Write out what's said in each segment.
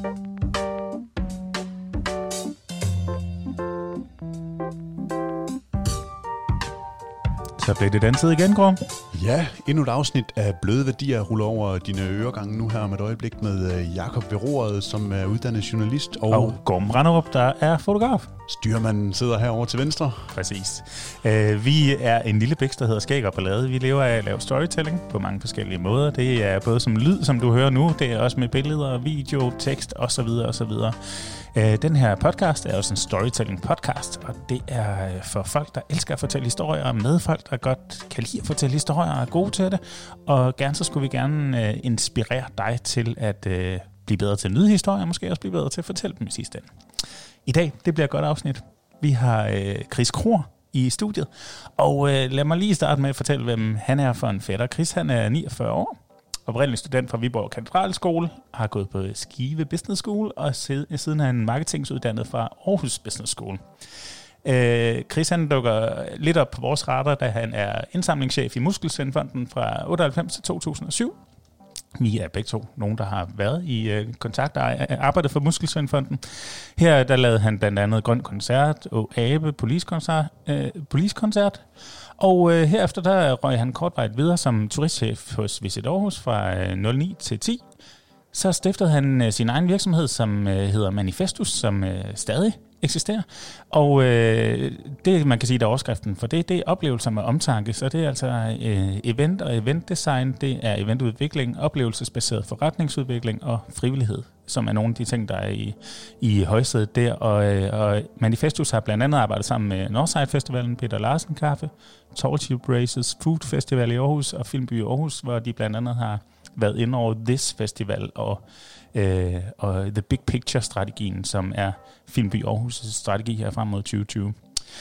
Så blev det den tid igen, Grum. Ja, endnu et afsnit af Bløde Værdier ruller over dine øregange nu her om et øjeblik med Jakob ved roret, som er uddannet journalist. Og Grum Branderup, der er fotograf. Styrmanden sidder herovre til venstre. Præcis. Vi er en lille bæks, der hedder Skæg og Ballade. Vi lever af at lave storytelling på mange forskellige måder. Det er både som lyd, som du hører nu. Det er også med billeder, video, tekst osv. osv. Den her podcast er også en storytelling podcast, og det er for folk, der elsker at fortælle historier, med folk, der godt kan lide at fortælle historier og er gode til det. Og så skulle vi gerne inspirere dig til at blive bedre til at nyde historier, og måske også blive bedre til at fortælle dem i sidste ende. I dag, det bliver et godt afsnit. Vi har Chris Krohg i studiet, og lad mig lige starte med at fortælle, hvem han er for en fætter. Chris, han er 49 år. Oprindelig student fra Viborg Katedralskole, har gået på Skive Business School, og siden er han marketingsuddannet fra Aarhus Business School. Chris, han dukker lidt op på vores radar, da han er indsamlingschef i Muskelsvindfonden fra 98 til 2007. Vi er begge to nogen, der har været i kontakt og arbejdet for Muskelsvindfonden. Her der lavede han blandt andet Grøn Koncert og Abe Poliskoncert. Og herefter der røg han kortvarigt videre som turistchef hos Visit Aarhus fra 09 til 10. Så stiftede han sin egen virksomhed, som hedder Manifestus, som stadig eksisterer. Og det, man kan sige, der er overskriften for det, det er oplevelser med omtanke. Så det er altså event og eventdesign, det er eventudvikling, oplevelsesbaseret forretningsudvikling og frivillighed, som er nogle af de ting, der er i højsædet der. Og Manifestus har blandt andet arbejdet sammen med Northside Festivalen, Peter Larsen Kaffe, Tall Tube Races, Food Festival i Aarhus og Filmby i Aarhus, hvor de blandt andet har været inde over This Festival og The Big Picture-strategien, som er Filmby Aarhus' strategi her frem mod 2020.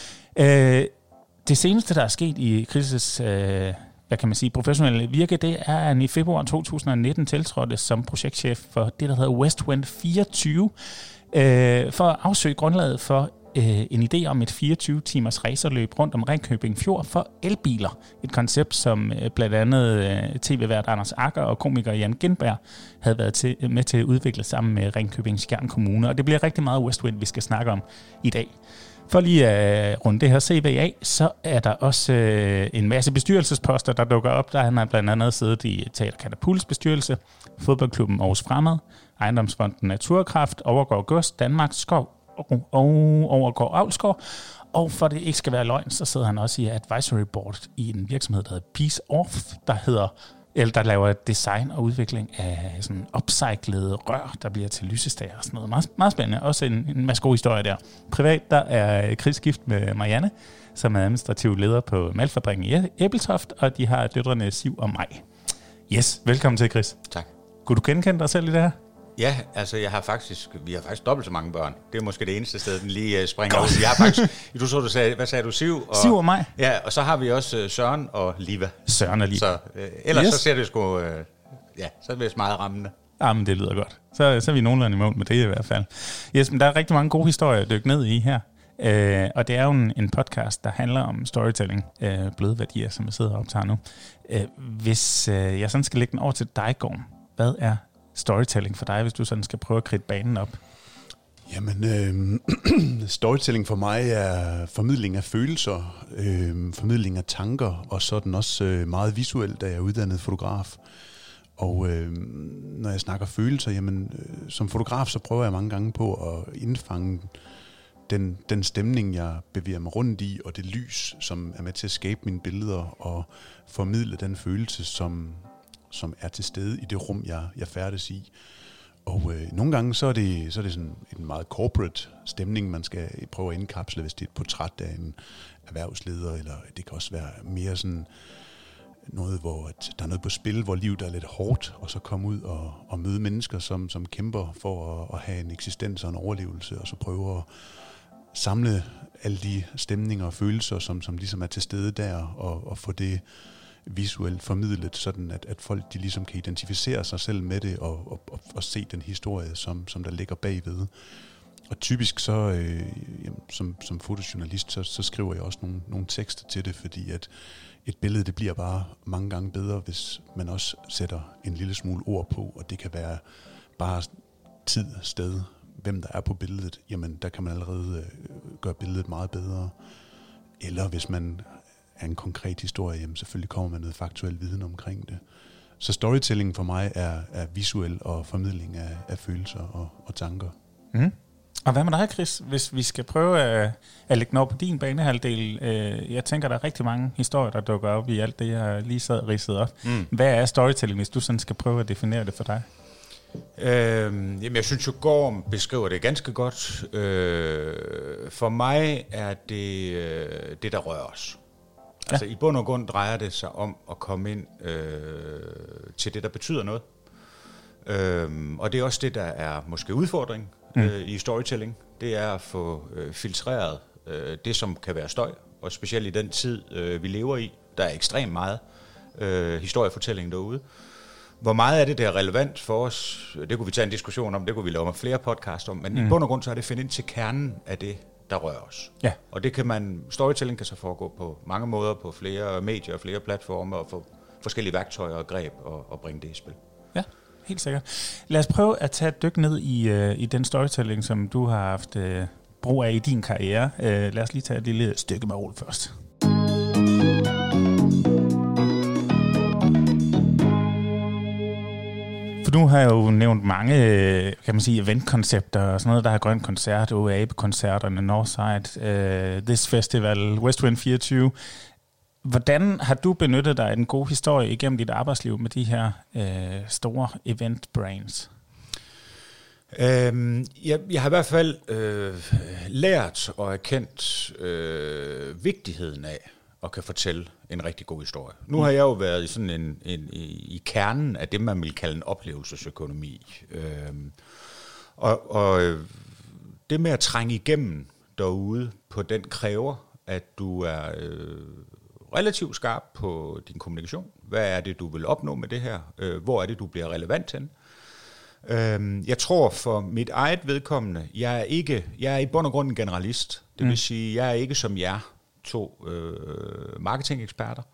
Det seneste, der er sket i Chris' professionelle virke, det er, at han i februar 2019 tiltrådte som projektchef for det, der hedder Westwind 24, for at afsøge grundlaget for en idé om et 24-timers racerløb rundt om Ringkøbing Fjord for elbiler. Et koncept, som blandt andet tv-vært Anders Agger og komiker Jan Gindberg havde været med til at udvikle sammen med Ringkøbing Skjern Kommune. Og det bliver rigtig meget Westwind, vi skal snakke om i dag. For lige at runde det her CV af, så er der også en masse bestyrelsesposter, der dukker op. Der han har blandt andet siddet i Teater Katapults bestyrelse, fodboldklubben Aarhus Fremad, Ejendomsfonden Naturkraft, Overgaard Gods, Danmarks Skov og Overgaard Avlsgaard. Og for det ikke skal være løgn, så sidder han også i advisory board i en virksomhed, der hedder Peace Off, der laver design og udvikling af sådan upcyclede rør, der bliver til lysestager og sådan noget. Meget, meget spændende. Også en masse gode historier der. Privat, der er Chris gift med Marianne, som er administrativ leder på Malfabrikken i Ebeltoft, og de har døtrene Siv og Maj. Yes, velkommen til, Chris. Tak. Kunne du genkende dig selv i det her? Ja, altså vi har faktisk dobbelt så mange børn. Det er måske det eneste sted, den lige springer ud. Jeg har faktisk, du sagde, hvad sagde du, Siv? Siv og mig. Ja, og så har vi også Søren og Liva. Søren og Liva. Så ellers så ser det sgu, så er det vist meget rammende. Jamen, det lyder godt. Så er vi nogenlunde i mål med det i hvert fald. Yes, men der er rigtig mange gode historier at dykke ned i her. Og det er jo en podcast, der handler om storytelling, bløde værdier, som jeg sidder og optager nu. Hvis jeg sådan skal lægge den over til dig, Gorm, hvad er storytelling for dig, hvis du sådan skal prøve at kridte banen op? Jamen, storytelling for mig er formidling af følelser, formidling af tanker, og sådan også meget visuelt, da jeg er uddannet fotograf. Og når jeg snakker følelser, jamen, som fotograf, så prøver jeg mange gange på at indfange den stemning, jeg bevæger mig rundt i, og det lys, som er med til at skabe mine billeder, og formidle den følelse, som er til stede i det rum, jeg færdes i. Og nogle gange så er det sådan en meget corporate stemning, man skal prøve at indkapsle, hvis det er et portræt af en erhvervsleder, eller det kan også være mere sådan noget, hvor der er noget på spil, hvor livet er lidt hårdt, og så komme ud og møde mennesker, som kæmper for at have en eksistens og en overlevelse, og så prøve at samle alle de stemninger og følelser, som ligesom er til stede der, og få det visuelt formidlet, sådan at folk de ligesom kan identificere sig selv med det, og se den historie, som der ligger bagved. Og typisk så, som fotojournalist, så skriver jeg også nogle tekster til det, fordi at et billede, det bliver bare mange gange bedre, hvis man også sætter en lille smule ord på, og det kan være bare tid, sted, hvem der er på billedet, jamen der kan man allerede gøre billedet meget bedre. Eller hvis man er en konkret historie, jamen selvfølgelig kommer man noget faktuel viden omkring det. Så storytelling for mig er visuel og formidling af følelser og tanker. Mm. Og hvad med dig, Chris, hvis vi skal prøve at lægge noget på din banehalvdel? Jeg tænker, der er rigtig mange historier, der dukker op i alt det, jeg lige sad og ridset op. Hvad er storytelling, hvis du sådan skal prøve at definere det for dig? Jamen, jeg synes jo, Gorm beskriver det ganske godt. For mig er det der rører os. Ja. Altså i bund og grund drejer det sig om at komme ind til det, der betyder noget. Og det er også det, der er måske udfordring i storytelling. Det er at få filtreret det, som kan være støj, og specielt i den tid, vi lever i. Der er ekstremt meget historiefortælling derude. Hvor meget af det, der er relevant for os, det kunne vi tage en diskussion om, det kunne vi lave med flere podcast om, men i bund og grund så er det at finde ind til kernen af det, der rører os. Ja. Og det kan storytelling kan så foregå på mange måder, på flere medier, flere platformer, og få forskellige værktøjer og greb og bringe det i spil. Ja, helt sikkert. Lad os prøve at tage et dyk ned i den storytelling, som du har haft brug af i din karriere. Lad os lige tage et lille stykke med Aarhus først. Nu har jeg jo nævnt mange, kan man sige, eventkoncepter og sådan noget. Der er Grøn Koncert, OAB-koncerterne, Northside, This Festival, Westwind 24. Hvordan har du benyttet dig af den gode historie igennem dit arbejdsliv med de her store event-brands? Jeg har i hvert fald lært og erkendt vigtigheden af at kan fortælle en rigtig god historie. Nu har jeg jo været i sådan i kernen af det, man vil kalde en oplevelsesøkonomi. Og det med at trænge igennem derude på den kræver, at du er relativt skarp på din kommunikation. Hvad er det, du vil opnå med det her? Hvor er det, du bliver relevant hen? Jeg tror for mit eget vedkommende, jeg er i bund og grund en generalist. Det vil sige, jeg er ikke som jer to marketingeksperter.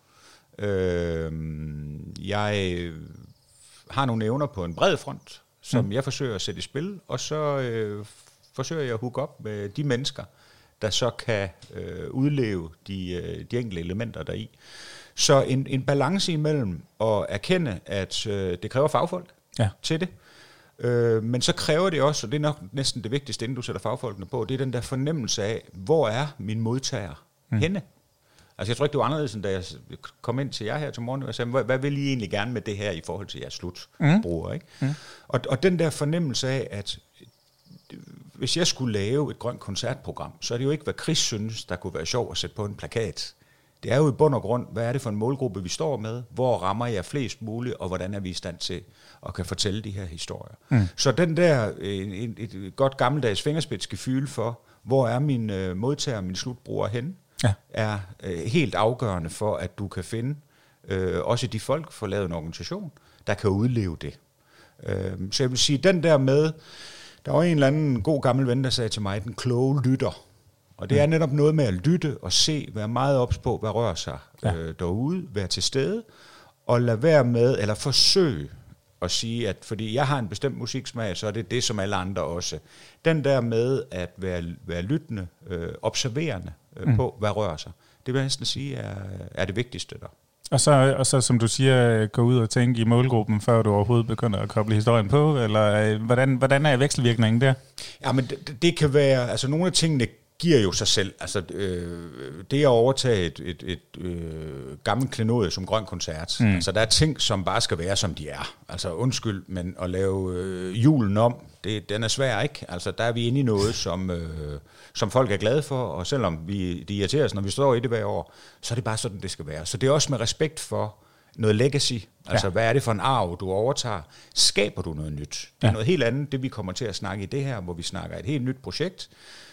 Jeg har nogle evner på en bred front, som jeg forsøger at sætte i spil, og så forsøger jeg at hooke op med de mennesker, der så kan udleve de enkelte elementer deri. Så en balance imellem at erkende, at det kræver fagfolk til det, men så kræver det også, og det er nok næsten det vigtigste, inden du sætter fagfolkene på, det er den der fornemmelse af, hvor er min modtager henne? Altså jeg tror ikke, det var anderledes, end da jeg kom ind til jer her til morgen, og sagde, hvad vil I egentlig gerne med det her i forhold til jeres slutbruger? Ikke? Og den der fornemmelse af, at hvis jeg skulle lave et grønt koncertprogram, så er det jo ikke, hvad Chris synes, der kunne være sjov at sætte på en plakat. Det er jo i bund og grund, hvad er det for en målgruppe, vi står med? Hvor rammer jeg flest muligt, og hvordan er vi i stand til at kan fortælle de her historier? Så den der, et godt gammeldags fingerspidsgefyl for, hvor er min modtager, min slutbruger henne, er helt afgørende for, at du kan finde også de folk, for lavet en organisation, der kan udleve det. Så jeg vil sige, den der med, der var en eller anden god gammel ven, der sagde til mig, den kloge lytter. Og det er netop noget med at lytte og se, være meget ops på, hvad rører sig derude, være til stede, og lade være med, eller forsøge at sige, at fordi jeg har en bestemt musiksmag, så er det det, som alle andre også. Den der med at være lyttende, observerende på, hvad rører sig, det vil jeg næsten sige er det vigtigste der. Og så, som du siger, gå ud og tænke i målgruppen, før du overhovedet begynder at koble historien på, eller hvordan er vekselvirkningen der? Ja, men det kan være, altså nogle af tingene giver jo sig selv. Altså det at overtage et gammelt klenodie som Grøn Koncert. Altså der er ting, som bare skal være, som de er. Altså undskyld, men at lave julen om, den er svær, ikke? Altså der er vi inde i noget, som folk er glade for, og selvom det irriterer os, når vi står i det hver år, så er det bare sådan, det skal være. Så det er også med respekt for noget legacy. Altså hvad er det for en arv, du overtager? Skaber du noget nyt? Det er noget helt andet, det vi kommer til at snakke i det her, hvor vi snakker et helt nyt projekt,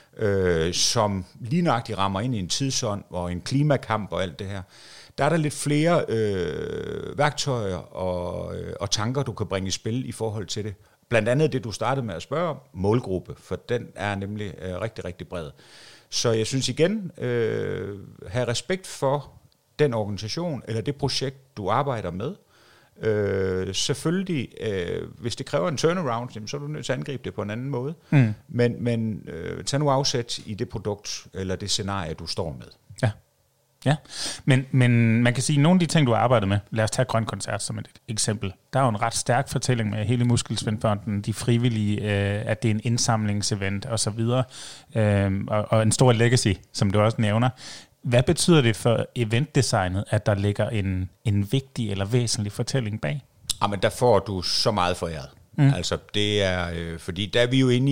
som lige nøjagtigt rammer ind i en tidsånd og en klimakamp og alt det her. Der er der lidt flere værktøjer og tanker, du kan bringe i spil i forhold til det. Blandt andet det, du startede med at spørge om, målgruppe, for den er nemlig rigtig, rigtig bred. Så jeg synes igen, have respekt for den organisation eller det projekt, du arbejder med. Selvfølgelig, hvis det kræver en turnaround, så er du nødt til at angribe det på en anden måde. Men tag nu afsæt i det produkt, eller det scenarie, du står med. Ja, men man kan sige, at nogle af de ting, du har arbejdet med, lad os tage Grøn Koncert som et eksempel. Der er jo en ret stærk fortælling med hele Muskelsvindfonden, de frivillige, at det er en indsamlingsevent og så videre, og en stor legacy, som du også nævner. Hvad betyder det for eventdesignet, at der ligger en vigtig eller væsentlig fortælling bag? Jamen, der får du så meget foræret. Altså, det er, fordi der er vi jo inde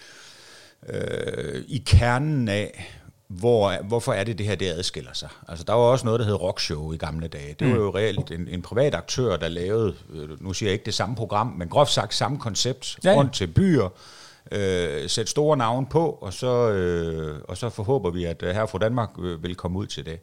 i kernen af, hvorfor er det her, det adskiller sig? Altså, der var også noget, der hed Rockshow i gamle dage. Det var jo reelt en privat aktør, der lavede, nu siger jeg ikke det samme program, men groft sagt samme koncept rundt til byer, sætte store navn på, og så forhåber vi, at her fra Danmark vil komme ud til det.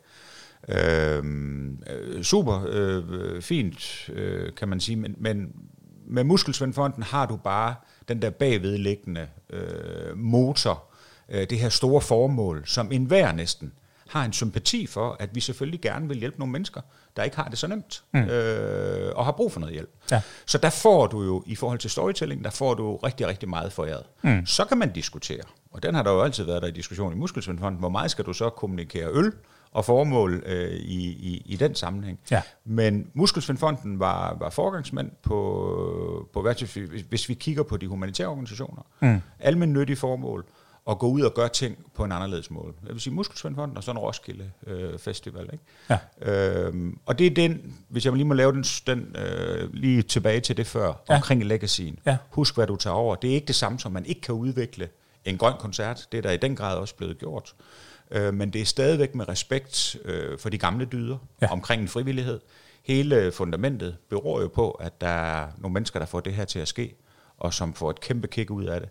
Super fint, kan man sige, men med Muskelsvindfonden har du bare den der bagvedliggende motor, det her store formål, som enhver næsten har en sympati for, at vi selvfølgelig gerne vil hjælpe nogle mennesker, der ikke har det så nemt, og har brug for noget hjælp. Ja. Så der får du jo, i forhold til storytelling, der får du rigtig, rigtig meget foræret. Så kan man diskutere, og den har der jo altid været der i diskussion i Muskelsvindfonden, hvor meget skal du så kommunikere øl og formål i den sammenhæng. Ja. Men Muskelsvindfonden var forgangsmænd på hvis vi kigger på de humanitære organisationer, almennyttige formål, og gå ud og gøre ting på en anderledes måde. Jeg vil sige Muskelsvindfonden og sådan en Roskilde Festival. Ikke? Ja. Og det er den, hvis jeg lige må lave den lige tilbage til det før, omkring legacyen. Ja. Husk, hvad du tager over. Det er ikke det samme, som man ikke kan udvikle en grøn koncert. Det er der i den grad også blevet gjort. Men det er stadigvæk med respekt for de gamle dyder omkring en frivillighed. Hele fundamentet beror jo på, at der er nogle mennesker, der får det her til at ske, og som får et kæmpe kick ud af det.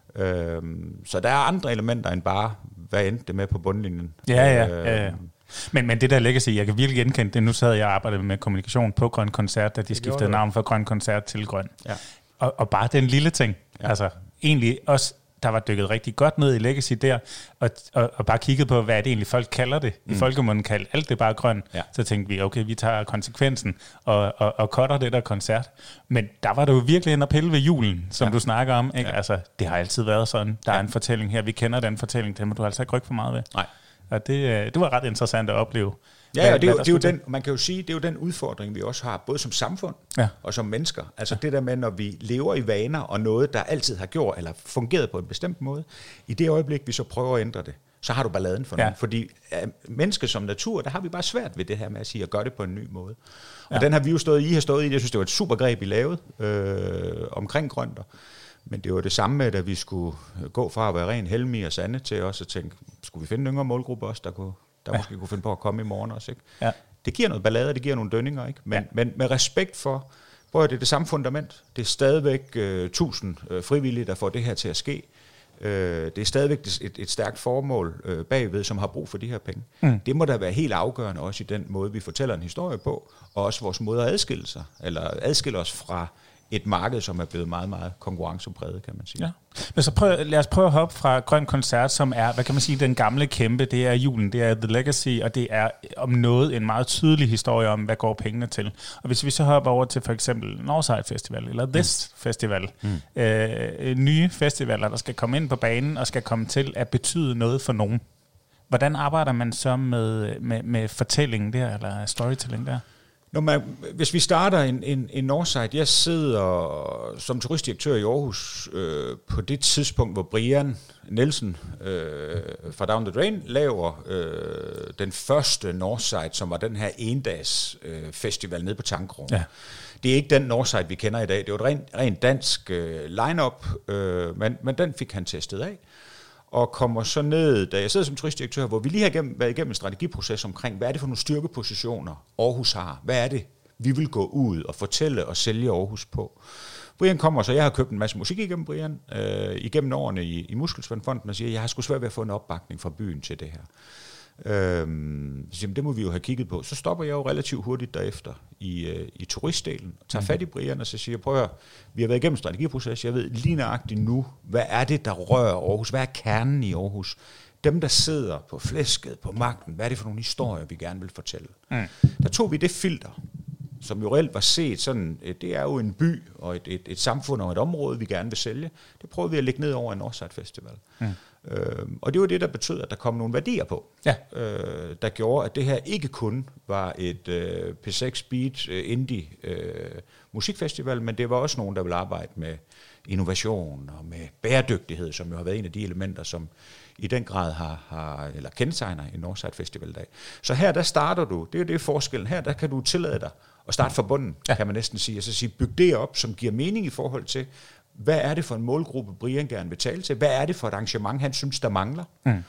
Så der er andre elementer end bare, hvad endte det med på bundlinjen. Ja. Men det der legacy, jeg kan virkelig genkende det. Nu sad jeg og arbejdede med kommunikation på Grøn Koncert, da de skiftede navn fra Grøn Koncert til Grøn. Ja. Og bare den lille ting, altså egentlig også, der var dykket rigtig godt ned i legacy der, og bare kigget på, hvad er det egentlig folk kalder det. I folkemunden kaldt alt det bare grøn. Ja. Så tænkte vi, okay, vi tager konsekvensen og cutter det der koncert. Men der var det jo virkelig en at pille ved julen, som du snakker om. Ikke? Ja. Altså, det har altid været sådan. Der er en fortælling her, vi kender den fortælling, den må du altså ikke rykke for meget ved. Nej. Og det var ret interessant at opleve. Ja, og det er jo den, man kan jo sige, det er jo den udfordring, vi også har, både som samfund og som mennesker. Altså det der med, når vi lever i vaner og noget, der altid har gjort eller fungeret på en bestemt måde, i det øjeblik, vi så prøver at ændre det, så har du balladen for nogen. Fordi mennesker som natur, der har vi bare svært ved det her med at sige, at gøre det på en ny måde. Og den har vi jo stået i, jeg synes, det var et super greb, I lavede omkring grønter. Men det var det samme med, at vi skulle gå fra at være ren Helmi og Sande til også at tænke, skulle vi finde en yngre målgruppe også, der måske kunne finde på at komme i morgen også, ikke? Ja. Det giver noget ballade, det giver nogle dønninger, ikke? Men med respekt for, prøv at det er det samme fundament. Det er stadigvæk 1000 frivillige, der får det her til at ske. Det er stadigvæk et stærkt formål bagved, som har brug for de her penge. Det må da være helt afgørende også i den måde, vi fortæller en historie på, og også vores måde at adskille os fra et marked, som er blevet meget, meget konkurrencepræget, kan man sige. Ja. Men så lad os prøve at hoppe fra Grøn Koncert, som er, hvad kan man sige, den gamle kæmpe, det er julen, det er The Legacy, og det er om noget en meget tydelig historie om, hvad går pengene til. Og hvis vi så hopper over til for eksempel Northside Festival, eller This Festival, nye festivaler, der skal komme ind på banen, og skal komme til at betyde noget for nogen. Hvordan arbejder man så med fortællingen der, eller storytelling der? Hvis vi starter en Northside, jeg sidder som turistdirektør i Aarhus på det tidspunkt, hvor Brian Nielsen fra Down the Drain laver den første Northside, som var den her endags festival nede på Tankrum. Ja. Det er ikke den Northside, vi kender i dag. Det var et rent dansk line-up, men den fik han testet af. Og kommer så ned, da jeg sidder som turistdirektør, hvor vi lige har været igennem en strategiproces omkring, hvad er det for nogle styrkepositioner, Aarhus har? Hvad er det, vi vil gå ud og fortælle og sælge Aarhus på? Brian kommer så, jeg har købt en masse musik igennem Brian, igennem årene i Muskelsvindfonden, og siger, jeg har sgu svært ved at få en opbakning fra byen til det her. Så det må vi jo have kigget på. Så stopper jeg jo relativt hurtigt derefter i turistdelen, tager fat i Brian og så siger, prøv at høre, vi har været igennem en strategiproces, jeg ved lige nøjagtigt nu, hvad er det, der rører Aarhus? Hvad er kernen i Aarhus? Dem, der sidder på flæsket, på magten, hvad er det for nogle historier, vi gerne vil fortælle? Der tog vi det filter, som jo reelt var set sådan, det er jo en by og et samfund og et område, vi gerne vil sælge. Det prøvede vi at lægge ned over en Northside Festival. Og det var det, der betød, at der kom nogle værdier på, der gjorde, at det her ikke kun var et P6 Beat indie musikfestival, men det var også nogen, der ville arbejde med innovation og med bæredygtighed, som jo har været en af de elementer, som i den grad har eller kendetegner en Northside Festival dag. Så her, der starter du, det er jo det forskellen her, der kan du tillade dig at starte fra bunden, kan man næsten sige, og så sige, byg det op, som giver mening i forhold til, hvad er det for en målgruppe, Brian gerne vil tale til, hvad er det for et arrangement, han synes, der mangler.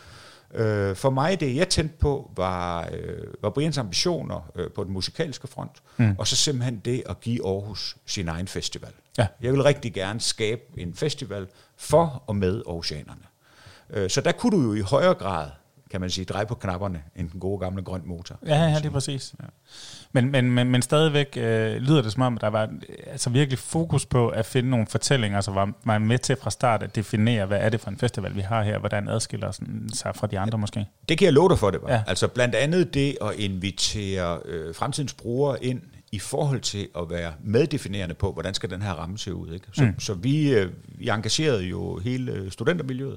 For mig, det jeg tændte på, var Brians ambitioner på den musikalske front, og så simpelthen det at give Aarhus sin egen festival. Ja. Jeg vil rigtig gerne skabe en festival for og med aarhusianerne. Så der kunne du jo i højere grad, kan man sige, dreje på knapperne, end den gode gamle grøn motor. Ja, det er præcis. Ja. Men stadigvæk lyder det som om, at der var altså virkelig fokus på at finde nogle fortællinger, så var med til fra start at definere, hvad er det for en festival, vi har her, hvordan adskiller sig fra de andre måske? Det kan jeg love dig for, det var. Ja. Altså blandt andet det at invitere fremtidens brugere ind i forhold til at være meddefinerende på, hvordan skal den her ramme se ud. Ikke? Så vi engagerede jo hele studentermiljøet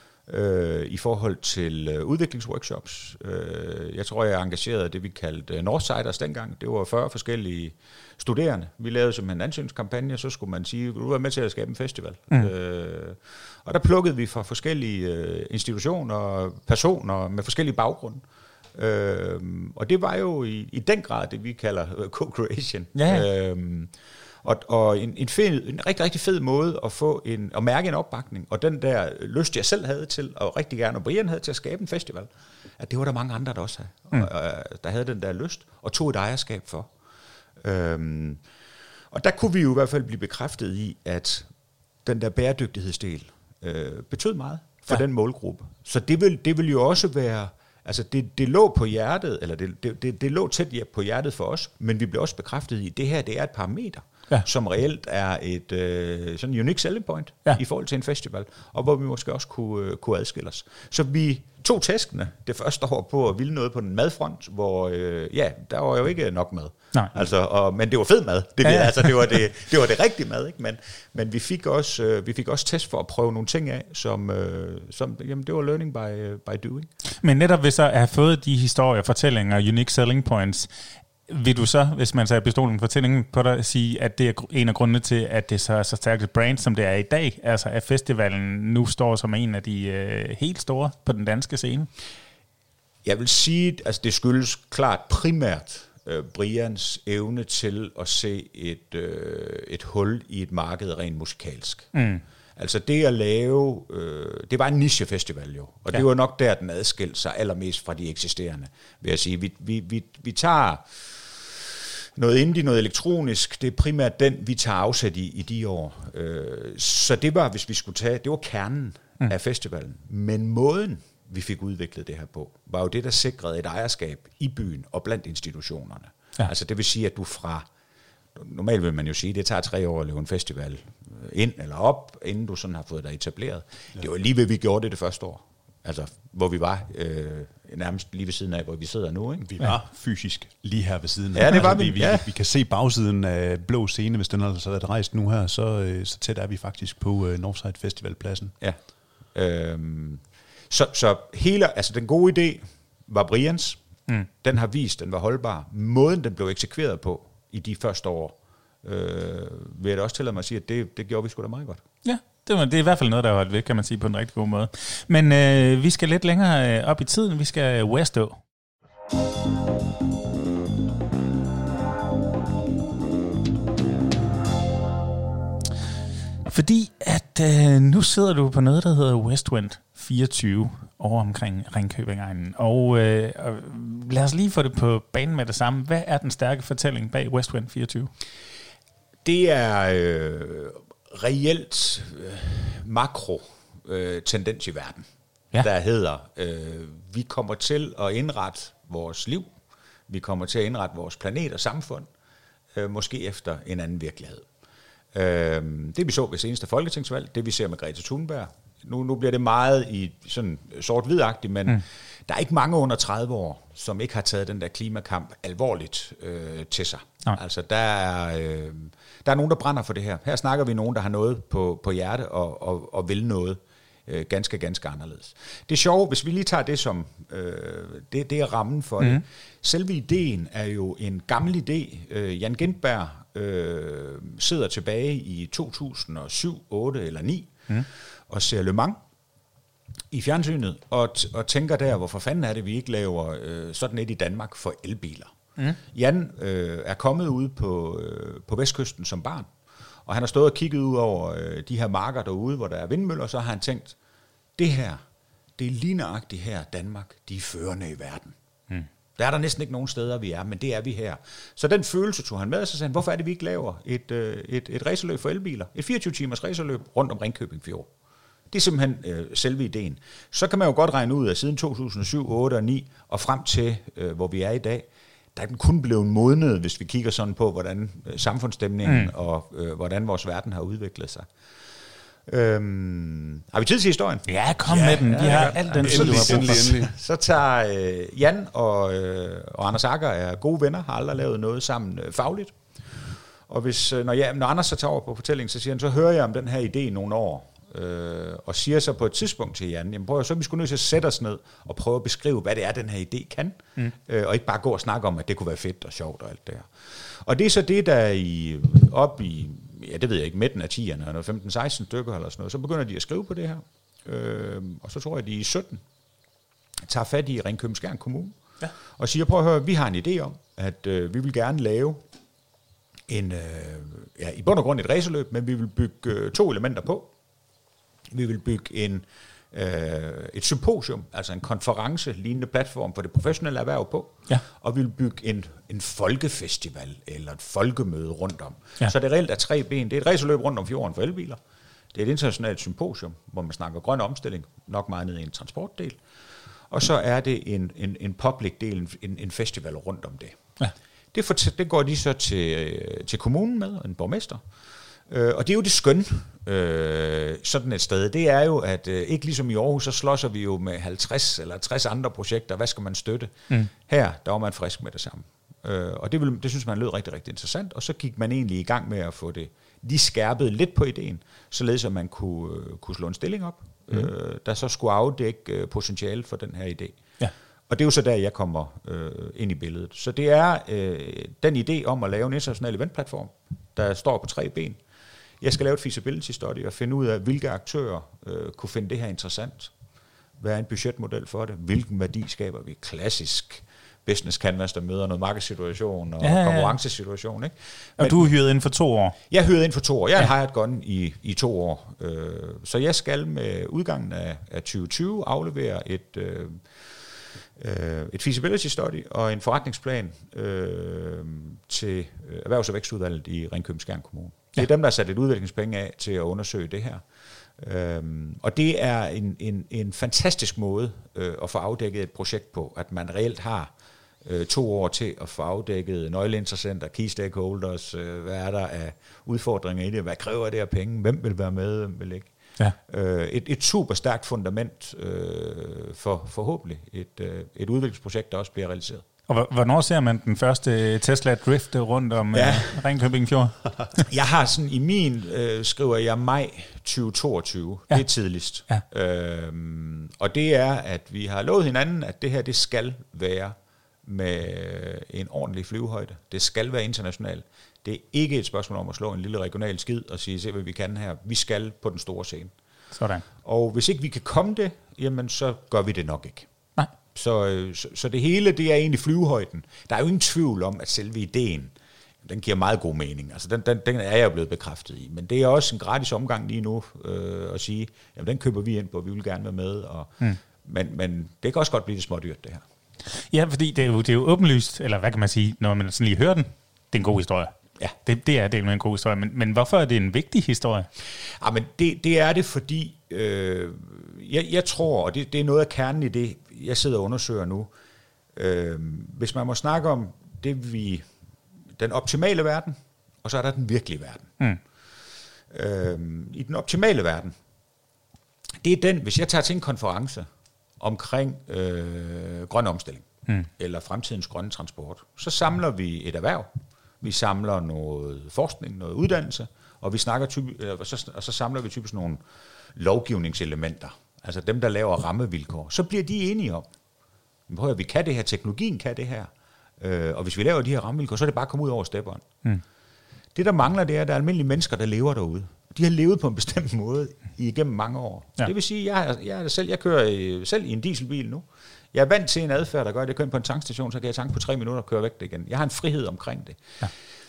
i forhold til udviklingsworkshops. Jeg tror, jeg engagerede det, vi kaldte Northsiders dengang. Det var 40 forskellige studerende. Vi lavede simpelthen en ansøgningskampagne, så skulle man sige, du var med til at skabe en festival. Og der plukkede vi fra forskellige institutioner og personer med forskellige baggrunde. Og det var jo i den grad det, vi kalder co-creation. Ja. Og en rigtig, rigtig fed måde at få at mærke en opbakning, og den der lyst, jeg selv havde til, og rigtig gerne, og Brian havde til at skabe en festival, at det var der mange andre, der også havde, der havde den der lyst, og tog et ejerskab for. Og der kunne vi jo i hvert fald blive bekræftet i, at den der bæredygtighedsdel betød meget for den målgruppe. Så det vil jo også være, altså det lå på hjertet, eller det lå tæt på hjertet for os, men vi blev også bekræftet i, at det her, det er et parameter, som reelt er et sådan unique selling point i forhold til en festival, og hvor vi måske også kunne adskille os. Så vi tog tæskene det første år på at ville noget på den madfront, hvor der var jo ikke nok mad. Altså, men det var fed mad. Altså, det var det rigtige mad, ikke? Men vi fik også test for at prøve nogle ting af, som jamen, det var learning by doing. Men netop ved så at have fået de historier, fortællinger, unique selling points, vil du så, hvis man tager pistolen fortællingen på dig, sige, at det er en af grundene til, at det så er så stærkt et brand, som det er i dag? Altså, at festivalen nu står som en af de helt store på den danske scene? Jeg vil sige, at altså, det skyldes klart primært Brians evne til at se et hul i et marked rent musikalsk. Altså det at lave, det var en nichefestival jo, og det var nok der, den adskilte sig allermest fra de eksisterende, vil jeg sige. Vi tager noget indie, noget elektronisk, det er primært den, vi tager afsæt i de år. Så det var, hvis vi skulle tage, det var kernen af festivalen. Men måden, vi fik udviklet det her på, var jo det, der sikrede et ejerskab i byen og blandt institutionerne. Ja. Altså det vil sige, at du normalt vil man jo sige, at det tager 3 år at lave en festival ind eller op, inden du sådan har fået dig etableret. Ja. Det var lige ved, vi gjorde det første år. Altså, hvor vi var nærmest lige ved siden af, hvor vi sidder nu. Ikke? Vi var fysisk lige her ved siden af. Ja, det var vi. Vi kan se bagsiden af Blå Scene, hvis den har været rejst nu her, så tæt er vi faktisk på Northside Festivalpladsen. Ja. Så hele, altså den gode idé var Brians. Den har vist, den var holdbar. Måden, den blev eksekveret på i de første år, vil jeg da også tillade mig at sige, at det gjorde vi sgu da meget godt. Ja, det er i hvert fald noget, der har holdt ved, kan man sige, på en rigtig god måde. Men vi skal lidt længere op i tiden. Vi skal Westå. Fordi at nu sidder du på noget, der hedder Westwind 24 over omkring Ringkøbing-egnen. Og lad os lige få det på banen med det samme. Hvad er den stærke fortælling bag Westwind 24? Det er reelt makro-tendens i verden, der hedder, vi kommer til at indrette vores liv, vi kommer til at indrette vores planet og samfund, måske efter en anden virkelighed. Det vi så ved seneste folketingsvalg, det vi ser med Greta Thunberg, nu bliver det meget i sådan sort-hvid-agtigt, men der er ikke mange under 30 år, som ikke har taget den der klimakamp alvorligt til sig. Nej. Altså, der er nogen, der brænder for det her. Her snakker vi nogen, der har noget på hjerte og vil noget ganske, ganske anderledes. Det er sjovt, hvis vi lige tager det som, det er rammen for det. Selve ideen er jo en gammel idé. Jan Gintberg sidder tilbage i 2007, 8 eller 9 og ser Le Mans i fjernsynet og tænker der, hvorfor fanden er det, vi ikke laver sådan et i Danmark for elbiler. Jan er kommet ud på Vestkysten som barn, og han har stået og kigget ud over de her marker derude, hvor der er vindmøller, så har han tænkt, det her, det er lige nøjagtigt her, Danmark, de er førende i verden. Der er der næsten ikke nogen steder, vi er, men det er vi her. Så den følelse tog han med, og så sagde han, hvorfor er det, vi ikke laver et racerløb for elbiler? Et 24-timers racerløb rundt om Ringkøbing Fjord. Det er simpelthen selve ideen. Så kan man jo godt regne ud, at siden 2007, 8 og 9 og frem til, hvor vi er i dag, der er den kun blevet modnet, hvis vi kigger sådan på, hvordan samfundsstemningen og hvordan vores verden har udviklet sig. Har vi tid til historien? Ja, kom med den. Vi har alt den tid, du har brug for. Så tager Jan og Anders Agger er gode venner, har aldrig lavet noget sammen fagligt. Og når Anders så tager over på fortællingen, så siger han, så hører jeg om den her idé i nogle år. Og siger så på et tidspunkt til Jan, jamen prøv at, så er vi sgu nødt til at sætte os ned og prøve at beskrive, hvad det er, den her idé kan, og ikke bare gå og snakke om, at det kunne være fedt og sjovt og alt det her. Og det er så det, der op i, ja det ved jeg ikke, midten af 10'erne, eller 15-16 stykker eller sådan noget, så begynder de at skrive på det her, og så tror jeg, de i 17 tager fat i Ringkøbing-Skjern Kommune, og siger, prøv at høre, vi har en idé om, at vi vil gerne lave i bund og grund et racerløb, men vi vil bygge 2 elementer på. Vi vil bygge et symposium, altså en konference-lignende platform for det professionelle erhverv på, og vi vil bygge en folkefestival eller et folkemøde rundt om. Så det reelt er 3 ben. Det er et racerløb rundt om fjorden for elbiler. Det er et internationalt symposium, hvor man snakker grøn omstilling, nok meget ned i en transportdel. Og så er det en public del, en festival rundt om det. Ja. Det går de så til kommunen med, en borgmester. Og det er jo det skønne, sådan et sted. Det er jo, at ikke ligesom i Aarhus, så slåsser vi jo med 50 eller 60 andre projekter. Hvad skal man støtte? Her, der var man frisk med det samme. Og det synes man lød rigtig, rigtig interessant. Og så gik man egentlig i gang med at få det lige skærpet lidt på ideen, således at man kunne slå en stilling op, der så skulle afdække potentiale for den her idé. Ja. Og det er jo så der, jeg kommer ind i billedet. Så det er den idé om at lave en international eventplatform, der står på 3 ben. Jeg skal lave et feasibility study og finde ud af, hvilke aktører kunne finde det her interessant. Hvad er en budgetmodel for det? Hvilken værdi skaber vi? Klassisk business canvas, der møder noget markedssituation og konkurrencesituation. Ikke? Og du er hyret inden for 2 år? Jeg er hyret inden for 2 år. Jeg har hired gun i 2 år. Så jeg skal med udgangen af 2020 aflevere et feasibility study og en forretningsplan til Erhvervs- og Vækstudvalget i Ringkøbing-Skjern Kommune. Det er dem, der har sat et udviklingspenge af til at undersøge det her. Og det er en fantastisk måde at få afdækket et projekt på, at man reelt har 2 år til at få afdækket nøgleinteressenter, key stakeholders, hvad er der af udfordringer i det, hvad kræver det af penge, hvem vil være med, hvem vil ikke. Ja. Et super stærkt fundament for forhåbentlig et udviklingsprojekt, der også bliver realiseret. Og hvornår ser man den første Tesla drifte rundt om Ringkøbing Fjord? Jeg har sådan, i min skriver jeg maj 2022, det er tidligst. Ja. Og det er, at vi har lovet hinanden, at det her, det skal være med en ordentlig flyvehøjde. Det skal være internationalt. Det er ikke et spørgsmål om at slå en lille regional skid og sige, se hvad vi kan her. Vi skal på den store scene. Sådan. Og hvis ikke vi kan komme det, jamen så gør vi det nok ikke. Nej. Så det hele, det er egentlig flyvehøjden. Der er jo ingen tvivl om, at selve ideen, den giver meget god mening. Altså den er jeg blevet bekræftet i. Men det er også en gratis omgang lige nu at sige, jamen den køber vi ind på, vi vil gerne være med. Men det kan også godt blive lidt smådyrt, det her. Ja, fordi det er jo åbenlyst, eller hvad kan man sige, når man sådan lige hører den, det er en god historie. Ja. Det er del med en god historie, men hvorfor er det en vigtig historie? Ja, men det er det, fordi jeg tror, og det er noget af kernen i det, jeg sidder og undersøger nu. Hvis man må snakke om den optimale verden, og så er der den virkelige verden. I den optimale verden, Det er den, hvis jeg tager til en konference omkring grøn omstilling, eller fremtidens grønne transport, så samler vi et erhverv, vi samler noget forskning, noget uddannelse, og så samler vi typisk nogle lovgivningselementer, altså dem, der laver rammevilkår. Så bliver de enige om, at vi kan det her, teknologien kan det her, og hvis vi laver de her rammevilkår, så er det bare at komme ud over stepperen. Det, der mangler, det er, at der er almindelige mennesker, der lever derude. De har levet på en bestemt måde igennem mange år. Ja. Det vil sige, jeg kører selv i en dieselbil nu. Jeg er vant til en adfærd, der gør, at jeg kører på en tankstation, så kan jeg tanke på 3 minutter og køre væk igen. Jeg har en frihed omkring det. Ja.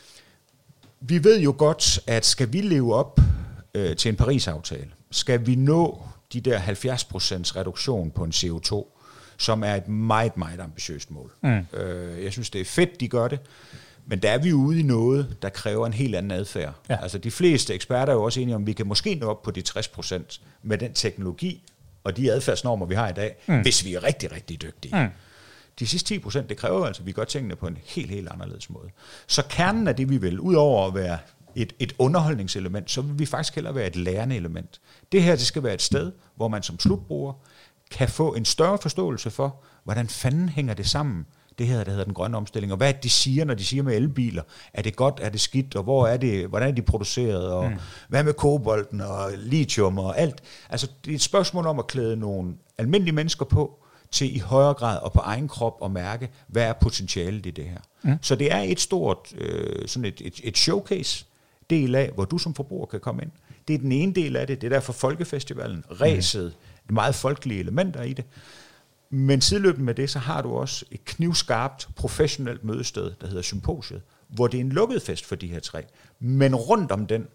Vi ved jo godt, at skal vi leve op til en Paris-aftale, skal vi nå de der 70% reduktion på en CO2, som er et meget, meget ambitiøst mål. Jeg synes, det er fedt, de gør det. Men der er vi ude i noget, der kræver en helt anden adfærd. Ja. Altså de fleste eksperter er jo også enige om, at vi kan måske nå op på de 60% med den teknologi og de adfærdsnormer, vi har i dag, hvis vi er rigtig, rigtig dygtige. De sidste 10%, det kræver altså, at vi gør tingene på en helt, helt anderledes måde. Så kernen af det, vi vil, udover at være et underholdningselement, så vil vi faktisk hellere være et lærende element. Det her, det skal være et sted, hvor man som slutbruger kan få en større forståelse for, hvordan fanden hænger det sammen, det her, der hedder den grønne omstilling, og hvad de siger, når de siger med elbiler. Er det godt, er det skidt, og hvordan er de produceret, og hvad med kobolten, og lithium, og alt. Altså, det er et spørgsmål om at klæde nogle almindelige mennesker på, til i højere grad og på egen krop at mærke, hvad er potentialet i det her. Så det er et stort sådan et showcase del af, hvor du som forbruger kan komme ind. Det er den ene del af det, det er derfor Folkefestivalen, ræset, meget folkelige elementer i det. Men sideløbende med det, så har du også et knivskarpt professionelt mødested, der hedder Symposiet, hvor det er en lukket fest for de her 3. Men rundt om den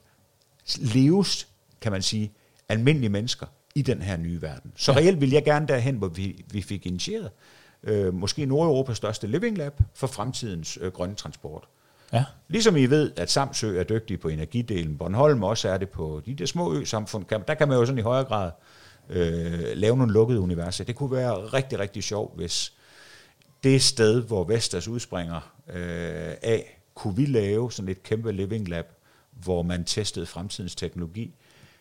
leves, kan man sige, almindelige mennesker i den her nye verden. Så reelt vil jeg gerne derhen, hvor vi fik initieret måske Nordeuropas største living lab for fremtidens grønne transport. Ja. Ligesom I ved, at Samsø er dygtige på energidelen, Bornholm også er det på de der små ø-samfund, der kan man jo sådan i højere grad lave nogle lukkede universer. Det kunne være rigtig, rigtig sjovt, hvis det sted, hvor Vestas udspringer af, kunne vi lave sådan et kæmpe living lab, hvor man testede fremtidens teknologi,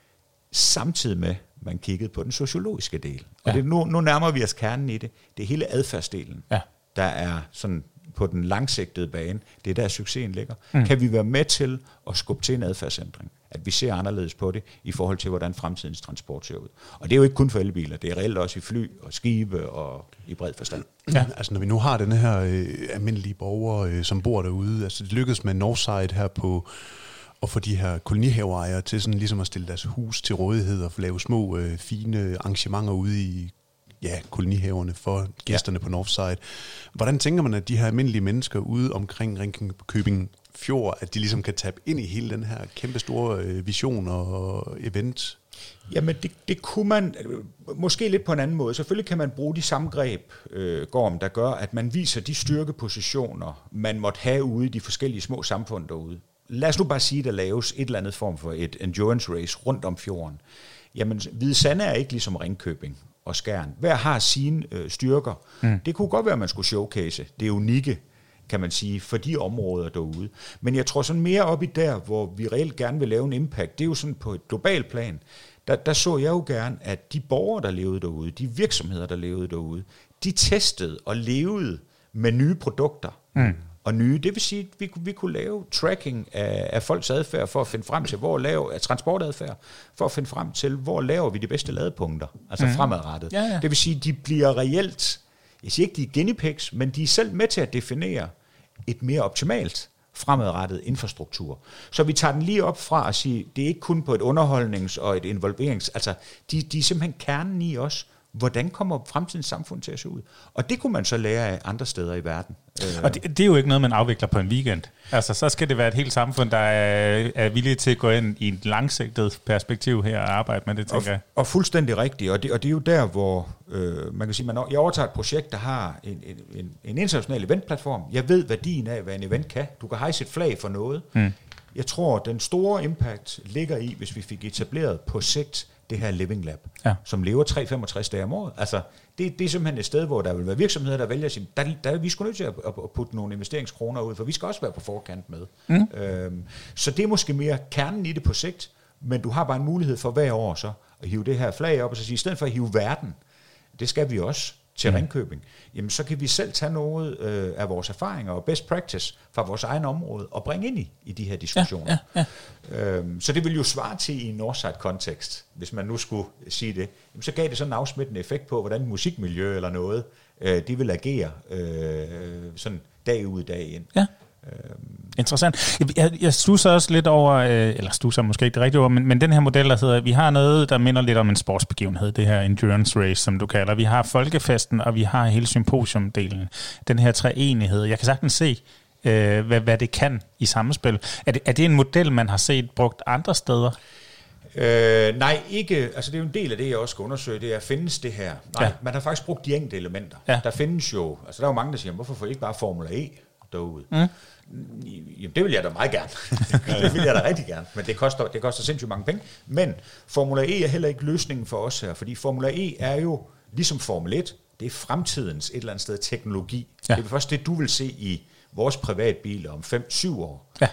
samtidig med, man kiggede på den sociologiske del. Og det, nu nærmer vi os kernen i det. Det er hele adfærdsdelen, der er sådan på den langsigtede bane. Det er der succesen ligger. Kan vi være med til at skubbe til en adfærdsændring? At vi ser anderledes på det, i forhold til, hvordan fremtidens transport ser ud. Og det er jo ikke kun for elbiler, det er reelt også i fly og skibe og i bred forstand. Ja, altså når vi nu har den her almindelige borgere, som bor derude, altså det lykkedes med Northside her på at få de her kolonihaveejere til sådan ligesom at stille deres hus til rådighed og lave små, fine arrangementer ude i kolonihaverne for gæsterne på Northside. Hvordan tænker man, at de her almindelige mennesker ude omkring Ringkøbing Fjord, at de ligesom kan tabe ind i hele den her kæmpe store vision og event? Jamen det kunne man måske lidt på en anden måde. Selvfølgelig kan man bruge de samme greb, Gorm, der gør, at man viser de styrkepositioner, man måtte have ude i de forskellige små samfund derude. Lad os nu bare sige, at der laves et eller andet form for et endurance race rundt om fjorden. Jamen, Hvide Sande er ikke ligesom Ringkøbing og Skjern. Hver har sine styrker. Det kunne godt være, at man skulle showcase det unikke, kan man sige, for de områder derude. Men jeg tror sådan mere op i der, hvor vi reelt gerne vil lave en impact, det er jo sådan på et globalt plan. Der så jeg jo gerne, at de borgere, der levede derude, de virksomheder, der levede derude, de testede og levede med nye produkter. Og nye, det vil sige, at vi kunne lave tracking af folks adfærd for at finde frem til, transportadfærd, for at finde frem til, hvor laver vi de bedste ladepunkter, altså fremadrettet. Ja. Det vil sige, at de bliver reelt, jeg siger ikke, de er guinea pigs, men de er selv med til at definere et mere optimalt fremadrettet infrastruktur. Så vi tager den lige op fra at sige, det er ikke kun på et underholdnings- og et involverings, altså de er simpelthen kernen i os. Hvordan kommer fremtidens samfund til at se ud? Og det kunne man så lære af andre steder i verden. Og det er jo ikke noget, man afvikler på en weekend. Altså, så skal det være et helt samfund, der er villige til at gå ind i et langsigtet perspektiv her og arbejde med det, tænker jeg. Og fuldstændig rigtigt. Og det er jo der, hvor man kan sige, jeg overtager et projekt, der har en international eventplatform. Jeg ved værdien af, hvad en event kan. Du kan hejse et flag for noget. Jeg tror, den store impact ligger i, hvis vi fik etableret på sigt det her Living Lab, som lever 365 dage om året. Altså, det er simpelthen et sted, hvor der vil være virksomheder, der vælger at sige, der er vi sgu nødt til at putte nogle investeringskroner ud, for vi skal også være på forkant med. Så det er måske mere kernen i det på sigt, men du har bare en mulighed for hver år så hive det her flag op og så sige, i stedet for at hive verden, det skal vi også til Ringkøbing, jamen så kan vi selv tage noget af vores erfaringer og best practice fra vores egen område og bringe ind i de her diskussioner. Så det vil jo svare til i en Northside-kontekst, hvis man nu skulle sige det. Jamen, så gav det sådan en afsmittende effekt på, hvordan musikmiljø eller noget, de vil agere sådan dag ud dag ind. Ja. Interessant. Jeg stusser også lidt over, eller stusser måske ikke det rigtige ord, men den her model, der hedder, vi har noget, der minder lidt om en sportsbegivenhed, det her endurance race, som du kalder. Vi har folkefesten, og vi har hele symposiumdelen. Den her treenighed. Jeg kan sagtens se, hvad det kan i samspil. Er det en model, man har set brugt andre steder? Nej, ikke. Altså det er jo en del af det, jeg også skal undersøge, det er, findes det her? Nej, man har faktisk brugt de enkelte elementer. Ja. Der findes jo, altså der er jo mange, der siger, hvorfor får I ikke bare Formula E derude? Jamen, det vil jeg da meget gerne. Det vil jeg da rigtig gerne, men det koster sindssygt mange penge. Men Formula E er heller ikke løsningen for os her, fordi Formula E er jo, ligesom Formel 1, det er fremtidens et eller andet sted teknologi. Ja. Det er først det, du vil se i vores privatbiler om 5-7 år. Ja.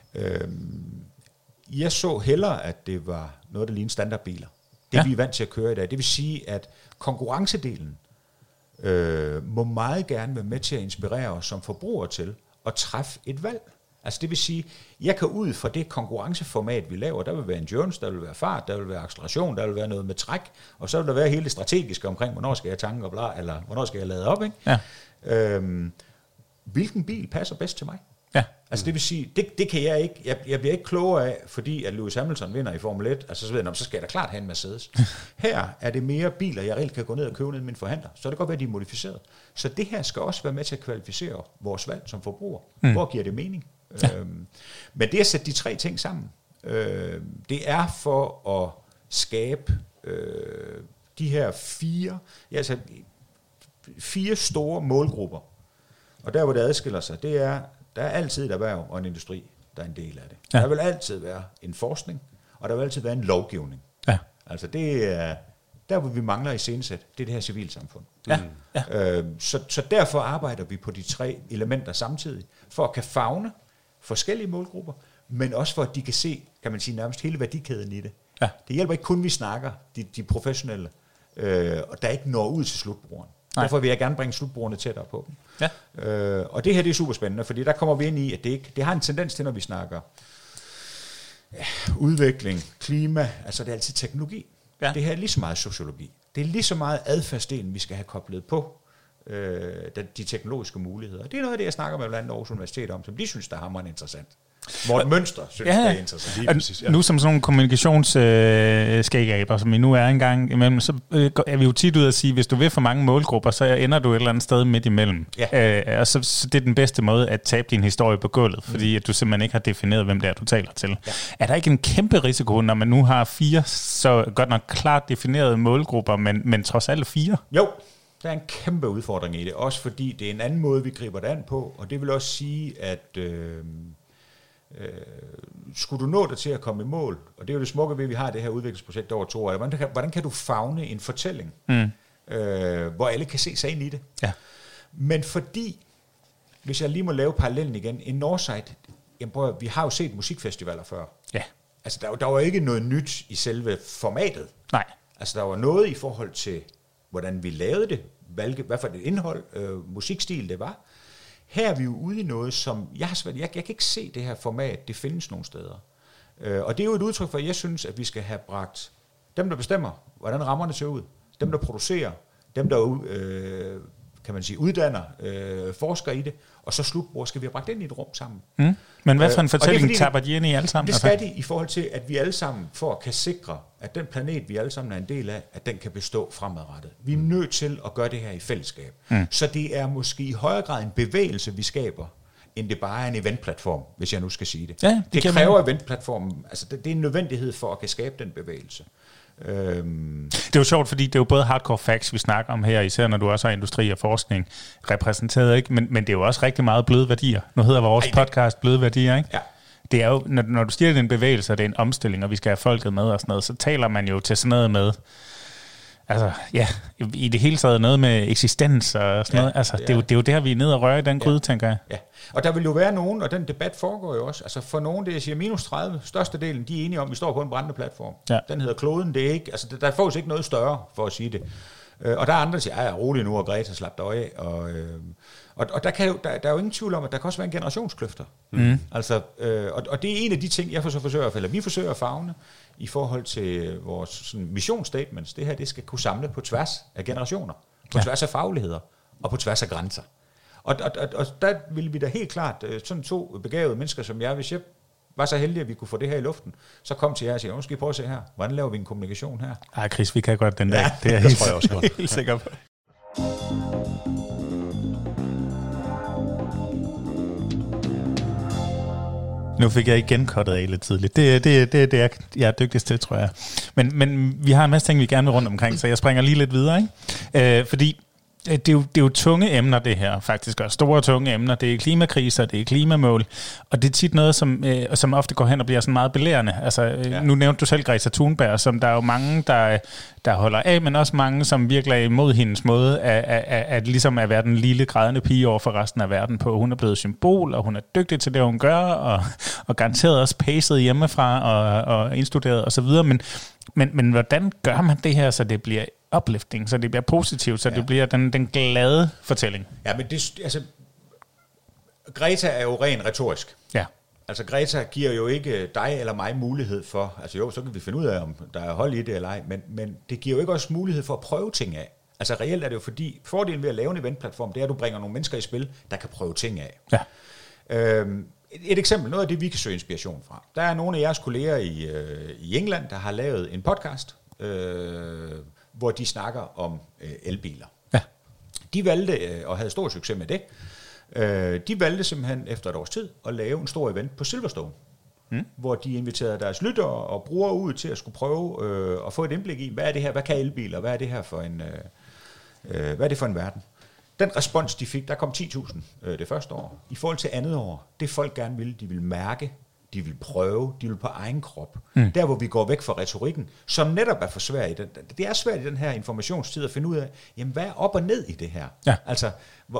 Jeg så hellere, at det var noget, der lignede standardbiler. Det vi er vant til at køre i dag. Det vil sige, at konkurrencedelen må meget gerne være med til at inspirere os som forbrugere til at træffe et valg. Altså det vil sige, jeg kan ud fra det konkurrenceformat, vi laver, der vil være endurance, der vil være fart, der vil være acceleration, der vil være noget med træk, og så vil der være hele det strategiske omkring, hvornår skal jeg tanke og bla, eller hvornår skal jeg lade op, ikke? Ja. Hvilken bil passer bedst til mig? Ja. Altså det vil sige, det kan jeg ikke, jeg bliver ikke klogere af, fordi at Lewis Hamilton vinder i Formel 1, altså så ved jeg, så skal jeg da klart have en Mercedes. Her er det mere biler, jeg reelt kan gå ned og købe ned i min forhandler, så det kan godt være, at de er modificeret. Så det her skal også være med til at kvalificere vores valg som forbruger. Hvor giver det mening? Ja. Men det at sætte de tre ting sammen, det er for at skabe de her fire store målgrupper. Og der, hvor det adskiller sig, det er, der er altid et erhverv og en industri, der er en del af det. Ja. Der vil altid være en forskning, og der vil altid være en lovgivning. Ja. Altså det er, der hvor vi mangler i iscenesæt, det er det her civilsamfund. Ja. Ja. Så derfor arbejder vi på de tre elementer samtidig, for at kan favne forskellige målgrupper, men også for at de kan se, kan man sige, nærmest hele værdikæden i det. Ja. Det hjælper ikke kun, vi snakker, de professionelle, og der ikke når ud til slutbrugeren. Nej. Derfor vil jeg gerne bringe slutbrugerne tættere på dem. Ja. Og det her, det er super spændende, fordi der kommer vi ind i, at det har en tendens til, når vi snakker udvikling, klima, altså det er altid teknologi. Ja. Det her er lige så meget sociologi. Det er lige så meget adfærdsdelen, vi skal have koblet på de teknologiske muligheder. Det er noget af det, jeg snakker med blandt andet Aarhus Universitet om, som de synes, der er hammerende interessant. Morten Mønster synes, det er interessant. Nu som sådan nogle kommunikationsskægaber, som vi nu er engang imellem, så er vi jo tit ud at sige, hvis du vil for mange målgrupper, så ender du et eller andet sted midt imellem. Ja. Og så det er den bedste måde at tabe din historie på gulvet, fordi at du simpelthen ikke har defineret, hvem det er, du taler til. Ja. Er der ikke en kæmpe risiko, når man nu har 4 så godt nok klart definerede målgrupper, men trods alt 4? Jo. Der er en kæmpe udfordring i det, også fordi det er en anden måde, vi griber det an på, og det vil også sige, at skulle du nå dig til at komme i mål, og det er jo det smukke ved, at vi har det her udviklingsprojekt over 2 år, hvordan kan du favne en fortælling, hvor alle kan se sig ind i det? Ja. Men fordi, hvis jeg lige må lave parallellen igen, en Northside, jamen, vi har jo set musikfestivaler før. Ja. Altså, der var ikke noget nyt i selve formatet. Nej. Altså, der var noget i forhold til hvordan vi lavede det, hvad for et indhold, musikstil det var. Her er vi jo ude i noget, som jeg kan ikke se det her format, det findes nogle steder. Og det er jo et udtryk for, at jeg synes, at vi skal have bragt dem, der bestemmer, hvordan rammerne ser ud, dem, der producerer, dem, der kan man sige, uddanner, forsker i det, og så slutbrugere skal vi have bragt ind i et rum sammen. Men hvad for en fortælling tapper de ind i alle sammen? Det skal de i forhold til, at vi alle sammen for kan sikre, at den planet, vi alle sammen er en del af, at den kan bestå fremadrettet. Vi er nødt til at gøre det her i fællesskab. Så det er måske i højere grad en bevægelse, vi skaber, end det bare er en eventplatform, hvis jeg nu skal sige det. Ja, det kræver eventplatformen. Altså, det er en nødvendighed for at kan skabe den bevægelse. Det er jo sjovt, fordi det er jo både hardcore facts, vi snakker om her, især når du også har industri og forskning repræsenteret, ikke? Men det er jo også rigtig meget bløde værdier. Nu hedder vores podcast Bløde Værdier, ikke? Ja. Det er jo, når du siger, det er en bevægelse, og det er en omstilling, og vi skal have folket med og sådan noget, så taler man jo til sådan noget med, Altså, ja, i det hele taget noget med eksistens og sådan noget. Altså, det er jo der, vi er nede og røre i den gryde, tænker jeg. Ja, og der vil jo være nogen, og den debat foregår jo også. Altså for nogen, det jeg siger minus 30, størstedelen, de er enige om, at vi står på en brændende platform. Ja. Den hedder kloden, det er ikke, altså der fås ikke noget større, for at sige det. Og der er andre, der siger, ja, rolig nu, og Greta, slap dig af. Og der er jo ingen tvivl om, at der kan også være en generationskløfter. Altså, og det er en af de ting, vi forsøger at favne i forhold til vores sådan, mission statements. Det her, det skal kunne samle på tværs af generationer, på tværs af fagligheder og på tværs af grænser. Og der ville vi da helt klart, sådan to begavede mennesker som jeg, hvis jeg var så heldig, at vi kunne få det her i luften, så kom til jer og siger, nu skal I prøve at se her, hvordan laver vi en kommunikation her? Ej, Chris, vi kan godt den dag. Ja, det er helt, tror jeg også godt. Helt sikker på. Nu fik jeg igen kottet af lidt tidligt. Det er jeg er dygtigst til, tror jeg. Men vi har en masse ting, vi gerne vil rundt omkring, så jeg springer lige lidt videre, ikke? Fordi det er jo tunge emner, det her faktisk, og store tunge emner. Det er klimakriser, det er klimamål, og det er tit noget, som ofte går hen og bliver sådan meget belærende. Altså, nu nævnte du selv Greta Thunberg, som der er jo mange, der holder af, men også mange, som virkelig er imod hendes måde at ligesom at være den lille grædende pige over for resten af verden på. Hun er blevet symbol, og hun er dygtig til det, hun gør, og garanteret også pacet hjemmefra og indstuderet osv., men hvordan gør man det her, så det bliver uplifting, så det bliver positivt, så det bliver den glade fortælling? Ja, men altså, Greta er jo ren retorisk. Ja. Altså Greta giver jo ikke dig eller mig mulighed for, altså jo, så kan vi finde ud af, om der er hold i det eller ej, men det giver jo ikke også mulighed for at prøve ting af. Altså reelt er det jo fordi, fordelen ved at lave en eventplatform, det er, at du bringer nogle mennesker i spil, der kan prøve ting af. Ja. Et eksempel, noget af det, vi kan søge inspiration fra. Der er nogle af jeres kolleger i England, der har lavet en podcast, hvor de snakker om elbiler. Ja. De valgte, og havde stor succes med det, de valgte simpelthen efter et års tid at lave en stor event på Silverstone, hvor de inviterede deres lyttere og brugere ud til at skulle prøve at få et indblik i, hvad er det her, hvad kan elbiler, hvad er det her for en, hvad er det for en verden. Den respons, de fik, der kom 10.000 det første år. I forhold til andet år, det folk gerne ville, de ville mærke, de vil prøve, de vil på egen krop. Der, hvor vi går væk fra retorikken, som netop er for svært i den. Det er svært i den her informationstid at finde ud af, jamen, hvad er op og ned i det her? Ja. Altså,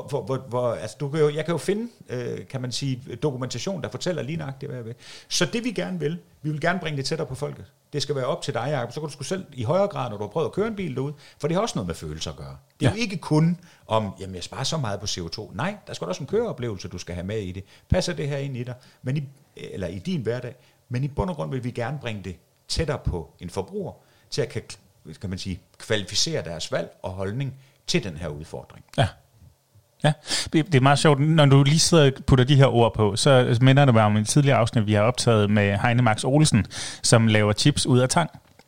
altså jeg kan jo finde, kan man sige, dokumentation, der fortæller lige nøjagtigt, hvad jeg vil. Så det vi gerne vil, vi vil gerne bringe det tættere på folket. Det skal være op til dig, Jacob. Så kan du sgu selv i højere grad, når du har prøvet at køre en bil derude, for det har også noget med følelser at gøre. Det er jo ikke kun om, jamen jeg sparer så meget på CO2. Nej, der skal også en køreoplevelse, du skal have med i det. Passer det her ind i dig, eller i din hverdag, men i bund og grund vil vi gerne bringe det tættere på en forbruger, til at kan man sige, kvalificere deres valg og holdning til den her udfordring. Ja. Ja, det er meget sjovt. Når du lige sidder og putter de her ord på, så minder det mig om en tidligere afsnit, vi har optaget med Heine Max Olsen, som laver chips ud af tang.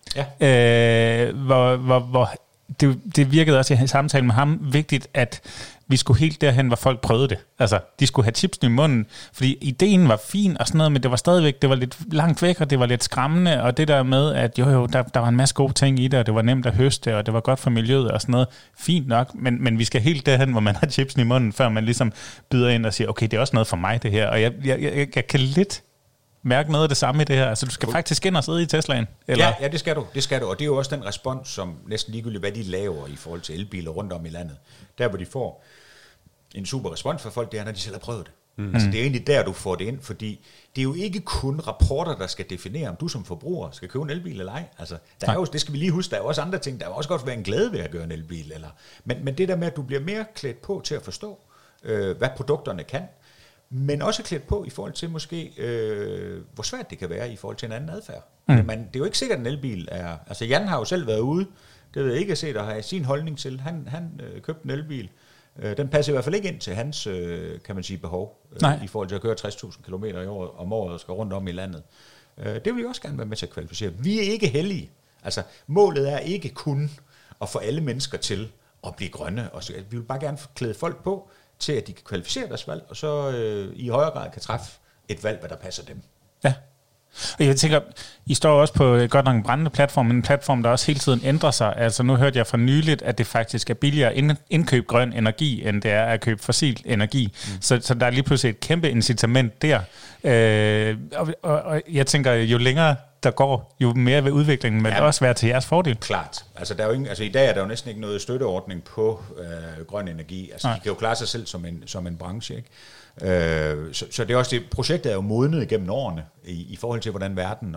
Ja. Hvor det virkede også i samtalen med ham vigtigt, at vi skulle helt derhen, hvor folk prøvede det. Altså, de skulle have chipsen i munden, fordi ideen var fin og sådan noget, men det var stadigvæk, det var lidt langt væk, og det var lidt skræmmende, og det der med, at der var en masse gode ting i det, og det var nemt at høste, og det var godt for miljøet og sådan noget. Fint nok, men vi skal helt derhen, hvor man har chipsen i munden, før man ligesom byder ind og siger, okay, det er også noget for mig, det her. Og jeg kan lidt mærke noget af det samme i det her. Altså, du skal faktisk ind og sidde i Teslaen. Eller? Ja, det skal du. Det skal du. Og det er jo også den respons, som næsten ligegyldigt, hvad de laver i forhold til elbiler rundt om i landet. Der, hvor de får en super respons fra folk, det er, når de selv har prøvet det. Altså, det er egentlig der, du får det ind, fordi det er jo ikke kun rapporter, der skal definere, om du som forbruger skal købe en elbil eller ej. Altså, der er jo, det skal vi lige huske, der er jo også andre ting. Der er jo også godt være en glæde ved at gøre en elbil. Men det der med, at du bliver mere klædt på til at forstå, hvad produkterne kan, men også klædt på i forhold til måske, hvor svært det kan være i forhold til en anden adfærd. Men det er jo ikke sikkert, at en elbil er... Altså, Jan har jo selv været ude, det ved jeg ikke at se, der har sin holdning til. Han købte en elbil. Den passer i hvert fald ikke ind til hans, kan man sige, behov, i forhold til at køre 60.000 km om året og skal rundt om i landet. Det vil vi også gerne være med til at kvalificere. Vi er ikke heldige. Altså, målet er ikke kun at få alle mennesker til at blive grønne. Og så, vi vil bare gerne klæde folk på, til at de kan kvalificere deres valg, og så i højere grad kan træffe et valg, hvad der passer dem. Ja. Og jeg tænker, I står også på godt nok en brændende platform, men en platform, der også hele tiden ændrer sig. Altså nu hørte jeg for nyligt, at det faktisk er billigere at indkøbe grøn energi, end det er at købe fossil energi. Så der er lige pludselig et kæmpe incitament der. Og jeg tænker, jo længere der går, jo mere ved udviklingen, men også være til jeres fordel. Klart. Altså, der er jo ingen, altså i dag er der jo næsten ikke noget støtteordning på grøn energi. Altså de kan jo klare sig selv som en branche, ikke? Så det er også det, projektet er jo modnet igennem årene i forhold til, hvordan verden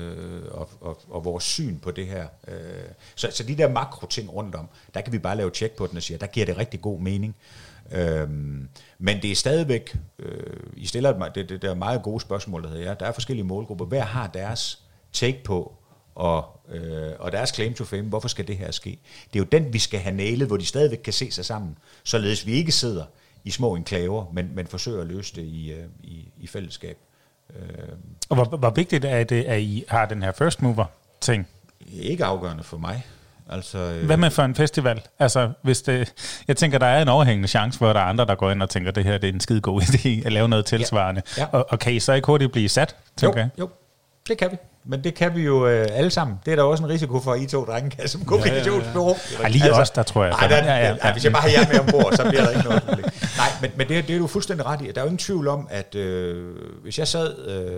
og vores syn på det her. Så de der makro-ting rundt om, der kan vi bare lave tjek på den og sige, der giver det rigtig god mening. Men det er stadigvæk, I stiller det der meget gode spørgsmål, der hedder, der er forskellige målgrupper. Hver har deres take på, og deres claim to fame, hvorfor skal det her ske? Det er jo den, vi skal have nailet, hvor de stadigvæk kan se sig sammen, således vi ikke sidder i små enklaver, men forsøger at løse det i fællesskab. Og hvor vigtigt er det, at I har den her first mover ting? Ikke afgørende for mig. Altså, hvad med for en festival? Altså, jeg tænker, der er en overhængende chance for, at der er andre, der går ind og tænker, at det her det er en skide god idé at lave noget tilsvarende. Ja. Og kan I så ikke hurtigt blive sat? Jo, det kan vi. Men det kan vi jo alle sammen. Det er der også en risiko for, at I to drenge kan som kommunikationsbureau. Ja. Lige også, der tror jeg. Hvis jeg bare har jer med ombord, så bliver der ikke noget. Nej, men det er du fuldstændig ret i. Der er jo ingen tvivl om, at hvis jeg sad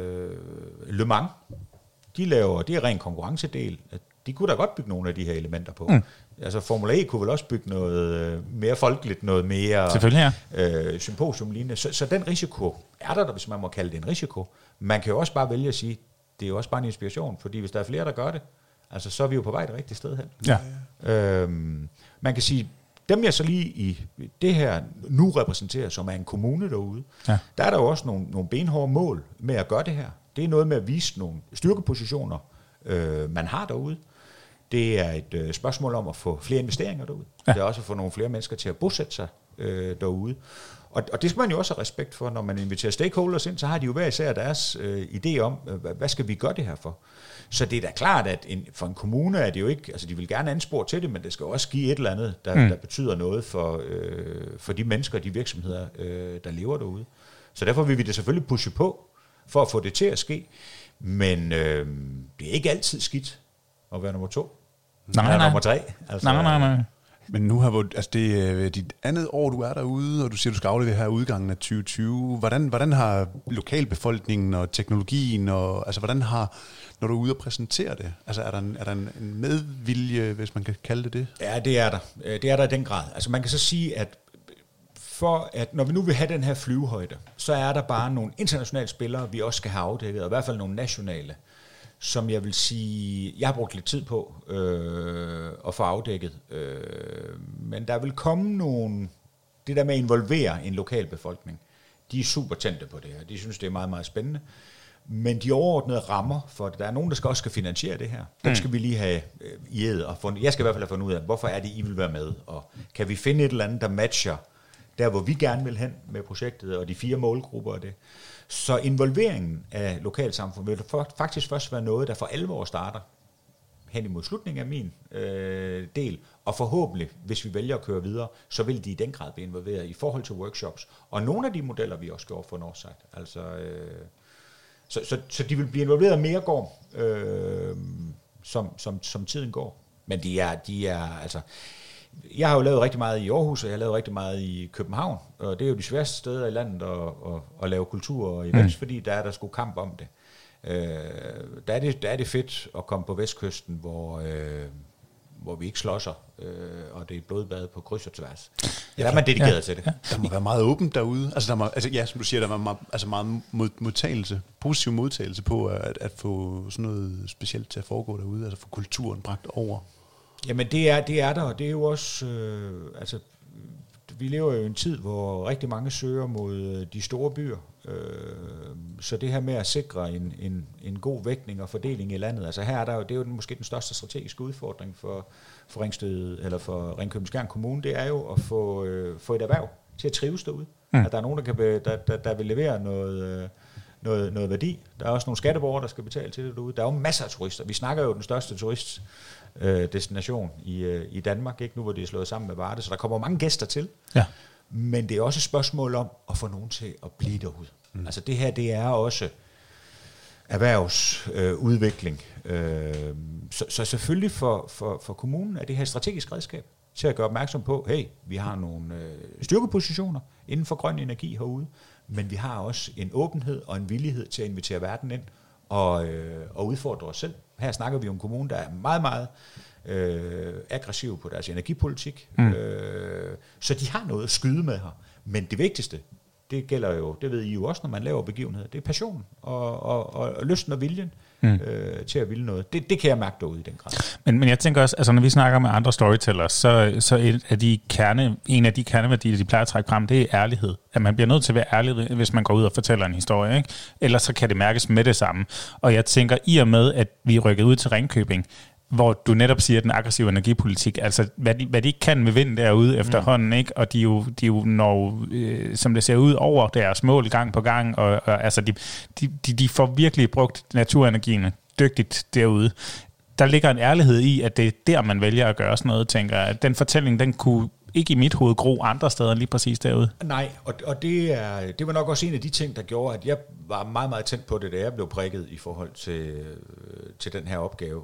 Le Mans, det er ren konkurrencedel. De kunne da godt bygge nogle af de her elementer på. Altså Formula E kunne vel også bygge noget mere folkeligt, noget mere symposium-lignende. Så den risiko er der, hvis man må kalde det en risiko. Man kan jo også bare vælge at sige, det er jo også bare en inspiration, fordi hvis der er flere, der gør det, altså, så er vi jo på vej det rigtige sted hen. Ja. Man kan sige, dem jeg så lige i det her nu repræsenterer, som er en kommune derude, der er der jo også nogle benhårde mål med at gøre det her. Det er noget med at vise nogle styrkepositioner, man har derude. Det er et spørgsmål om at få flere investeringer derude. Ja. Det er også at få nogle flere mennesker til at bosætte sig derude. Og det skal man jo også have respekt for, når man inviterer stakeholders ind, så har de jo hver især deres idé om, hvad skal vi gøre det her for. Så det er da klart, at for en kommune er det jo ikke, altså de vil gerne anspore til det, men det skal også give et eller andet, der betyder noget for de mennesker og de virksomheder, der lever derude. Så derfor vil vi det selvfølgelig pushe på, for at få det til at ske. Men det er ikke altid skidt at være nummer 2. Nej. Nummer 3. Altså, nej. Men nu har det er dit andet år, du er derude, og du siger, du skal aflevere her udgangen af 2020. Hvordan har lokalbefolkningen og teknologien, og altså hvordan har, når du er ude og præsentere det, altså er der en medvilje, hvis man kan kalde det det? Ja, det er der. Det er der i den grad. Altså man kan så sige, at når vi nu vil have den her flyvehøjde, så er der bare nogle internationale spillere, vi også skal have afdækket, og i hvert fald nogle nationale, som jeg vil sige, jeg har brugt lidt tid på at få afdækket. Men der vil komme nogle, det der med at involvere en lokal befolkning, de er super tændte på det her. De synes, det er meget, meget spændende. Men de overordnede rammer for det, der er nogen, der også skal finansiere det her. Den skal vi lige have i ed og fundet. Jeg skal i hvert fald have fundet ud af, hvorfor er det, I vil være med, og kan vi finde et eller andet, der matcher der, hvor vi gerne vil hen med projektet, og de 4 målgrupper og det. Så involveringen af lokalsamfundet vil faktisk først være noget, der for alvor starter hen imod slutningen af min del, og forhåbentlig, hvis vi vælger at køre videre, så vil de i den grad blive involveret i forhold til workshops, og nogle af de modeller, vi også gjorde for Northside. Altså, så de vil blive involveret mere går, som tiden går. Men de er altså... Jeg har jo lavet rigtig meget i Aarhus, og jeg har lavet rigtig meget i København, og det er jo de sværeste steder i landet at lave kultur og events, fordi der er der sgu kamp om det. Der er det fedt at komme på Vestkysten, hvor vi ikke slåsser, og det er blodbad på kryds og tværs. Der er man dedikeret til det. Der må være meget åbent derude. Som du siger, der var meget modtagelse, positiv modtagelse på at få sådan noget specielt til at foregå derude, altså få kulturen bragt over. Jamen det er der, og det er jo også, vi lever jo i en tid, hvor rigtig mange søger mod de store byer, så det her med at sikre en god vægtning og fordeling i landet, altså her er der jo, det er jo måske den største strategiske udfordring for Ringsted, eller for Ringkøbing-Skjern Kommune, det er jo at få et erhverv til at trives derude. At der er nogen, der vil levere noget værdi. Der er også nogle skatteborgere, der skal betale til det derude. Der er jo masser af turister. Vi snakker jo den største turistdestination i Danmark, ikke nu, hvor det er slået sammen med Varde, så der kommer mange gæster til. Ja. Men det er også et spørgsmål om at få nogen til at blive derude. Altså det her, det er også erhvervsudvikling. Så selvfølgelig for kommunen er det her et strategisk redskab til at gøre opmærksom på, hey, vi har nogle styrkepositioner inden for grøn energi herude, men vi har også en åbenhed og en villighed til at invitere verden ind og udfordre os selv. Her snakker vi om en kommune, der er meget, meget aggressiv på deres energipolitik. Så de har noget at skyde med her. Men det vigtigste, det gælder jo, det ved I jo også, når man laver begivenheder, det er passion og lysten og viljen til at ville noget. Det kan jeg mærke derude i den grad. Men jeg tænker også, altså når vi snakker med andre storytellers, så en af de kerneværdier, de plejer at trække frem, det er ærlighed. At man bliver nødt til at være ærlig, hvis man går ud og fortæller en historie, ikke? Ellers så kan det mærkes med det samme. Og jeg tænker, i og med, at vi er rykket ud til Ringkøbing, hvor du netop siger, den aggressive energipolitik, altså hvad de ikke kan med vind derude efterhånden, ikke? Og de jo når, som det ser ud, over deres mål gang på gang, og altså de får virkelig brugt naturenergien dygtigt derude. Der ligger en ærlighed i, at det er der, man vælger at gøre sådan noget, tænker jeg. Den fortælling, den kunne ikke i mit hoved gro andre steder lige præcis derude. Nej, og det var nok også en af de ting, der gjorde, at jeg var meget, meget tæt på det, da jeg blev prikket i forhold til den her opgave.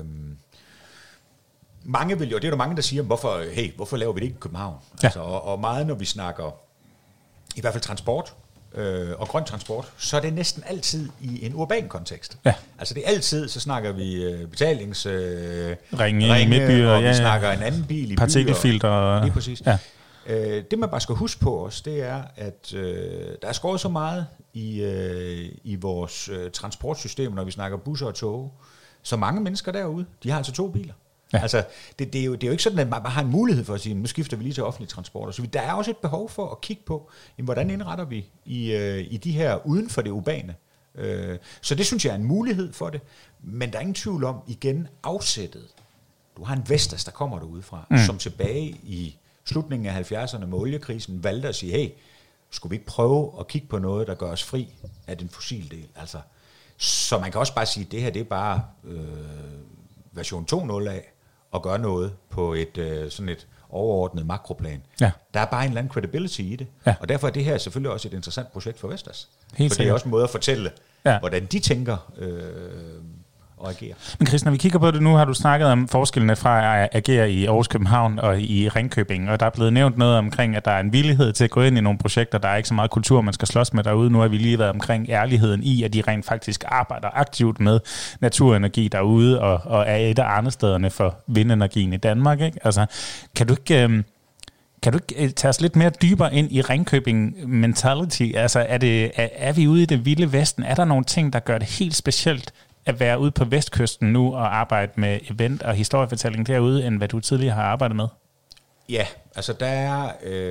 Mange vil jo, det er der mange, der siger, hvorfor laver vi det ikke i København? Ja. Altså, og meget, når vi snakker, i hvert fald transport, og grøn transport, så er det næsten altid i en urban kontekst. Ja. Altså det er altid, så snakker vi betalingsringe i midtbyer, og vi snakker en anden bil i byer. Partikelfilter. Lige præcis. Ja. Det man bare skal huske på os, det er, at der er skåret så meget i vores transportsystem, når vi snakker busser og tog, så mange mennesker derude, de har altså 2 biler. Ja. Altså, det er jo ikke sådan, at man bare har en mulighed for at sige, nu skifter vi lige til offentlig transport. Så der er også et behov for at kigge på, hvordan indretter vi i de her uden for det urbane. Så det synes jeg er en mulighed for det. Men der er ingen tvivl om, igen, afsættet. Du har en Vestas, der kommer derudefra, som tilbage i slutningen af 70'erne med oliekrisen valgte at sige, hey, skulle vi ikke prøve at kigge på noget, der gør os fri af den fossile del? Altså, så man kan også bare sige, at det her det er bare version 2.0 af at gøre noget på sådan et overordnet makroplan. Ja. Der er bare en eller anden credibility i det. Ja. Og derfor er det her selvfølgelig også et interessant projekt for Vestas. For det er også en måde at fortælle, hvordan de tænker og agere. Men Chris, når vi kigger på det nu, har du snakket om forskellene fra at agere i Aarhus, København og i Ringkøbing, og der er blevet nævnt noget omkring, at der er en villighed til at gå ind i nogle projekter, der er ikke så meget kultur, man skal slås med derude. Nu har vi lige været omkring ærligheden i, at de rent faktisk arbejder aktivt med naturenergi derude, og er et af arnestederne for vindenergien i Danmark, ikke? Altså, kan du ikke tage os lidt mere dybere ind i Ringkøbing mentality? Altså, er vi ude i det vilde vesten? Er der nogle ting, der gør det helt specielt at være ude på Vestkysten nu og arbejde med event og historiefortælling derude, end hvad du tidligere har arbejdet med? Ja, altså der er,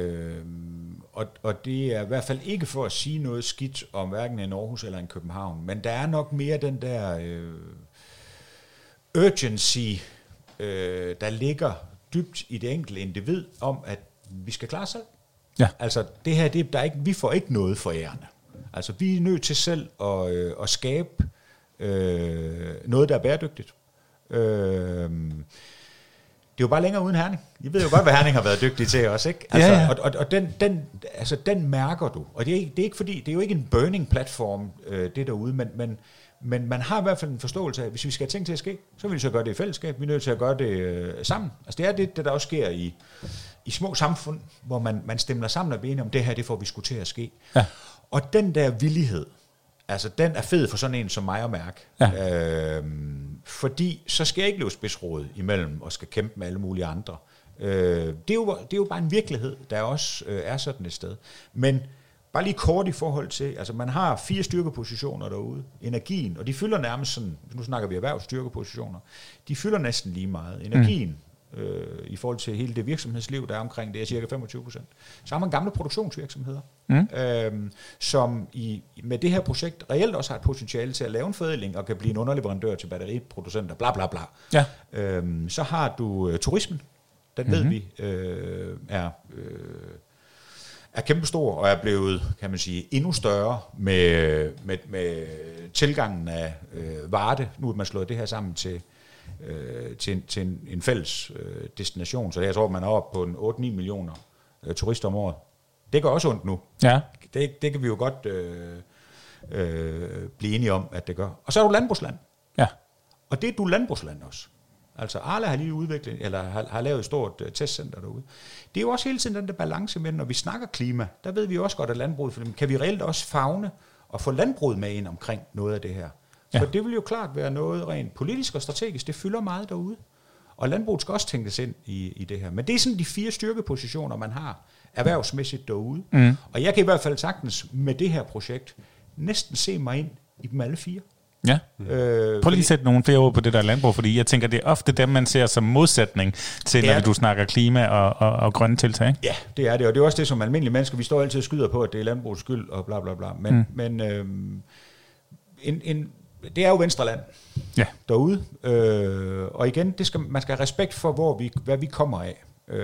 og det er i hvert fald ikke for at sige noget skidt om hverken en Aarhus eller en København, men der er nok mere den der urgency, der ligger dybt i det enkelte individ, om at vi skal klare selv. Ja. Altså det her, vi får ikke noget forærende. Altså vi er nødt til selv at skabe noget, der er bæredygtigt. Det er jo bare længere uden Herning. I ved jo godt, hvad Herning har været dygtig til også, ikke? Altså, ja. Og den mærker du. Og det er ikke fordi, det er jo ikke en burning platform, det derude, men man har i hvert fald en forståelse af, at hvis vi skal have ting til at ske, så vil vi så gøre det i fællesskab. Vi er nødt til at gøre det sammen. Altså det er det, der også sker i små samfund, hvor man stemmer sammen og bliver enige om, det her, det får vi sgu til at ske. Ja. Og den der villighed, altså, den er fed for sådan en som mig at mærke. Ja. Fordi så skal jeg ikke løbe spidsrod imellem og skal kæmpe med alle mulige andre. Det er jo bare en virkelighed, der også er sådan et sted. Men bare lige kort i forhold til, altså man har 4 styrkepositioner derude. Energien, og de fylder nærmest sådan, nu snakker vi erhvervsstyrkepositioner, de fylder næsten lige meget. Energien, i forhold til hele det virksomhedsliv, der er omkring, det er cirka 25%. Så har man gamle produktionsvirksomheder, som med det her projekt reelt også har et potentiale til at lave en forædling og kan blive en underleverandør til batteriproducenter, bla bla bla. Ja. Så har du turismen, den ved vi er kæmpestor og er blevet, kan man sige, endnu større med tilgangen af Varde. Nu er man slået det her sammen til en fælles destination. Så jeg tror, man er oppe på 8-9 millioner turister om året. Det gør også ondt nu. Ja. Det kan vi jo godt blive enige om, at det gør. Og så er du landbrugsland. Ja. Og det er du landbrugsland også. Altså Arla har lige udviklet, eller har lavet et stort testcenter derude. Det er jo også hele tiden den der balance med, når vi snakker klima, der ved vi også godt, at landbruget, kan vi reelt også favne og få landbruget med ind omkring noget af det her. For det vil jo klart være noget rent politisk og strategisk. Det fylder meget derude. Og landbruget skal også tænkes ind i det her. Men det er sådan de 4 styrkepositioner, man har erhvervsmæssigt derude. Og jeg kan i hvert fald sagtens med det her projekt næsten se mig ind i dem alle 4. Ja. Prøv lige at sætte nogle flere ord på det der landbrug, fordi jeg tænker, det er ofte dem, man ser som modsætning til, når du snakker klima og grønne tiltag. Ja, det er det, og det er også det, som almindelige mennesker, vi står altid og skyder på, at det er landbrugets skyld og bla bla bla. Men det er jo Venstreland derude, og igen, man skal have respekt for, hvad vi kommer af.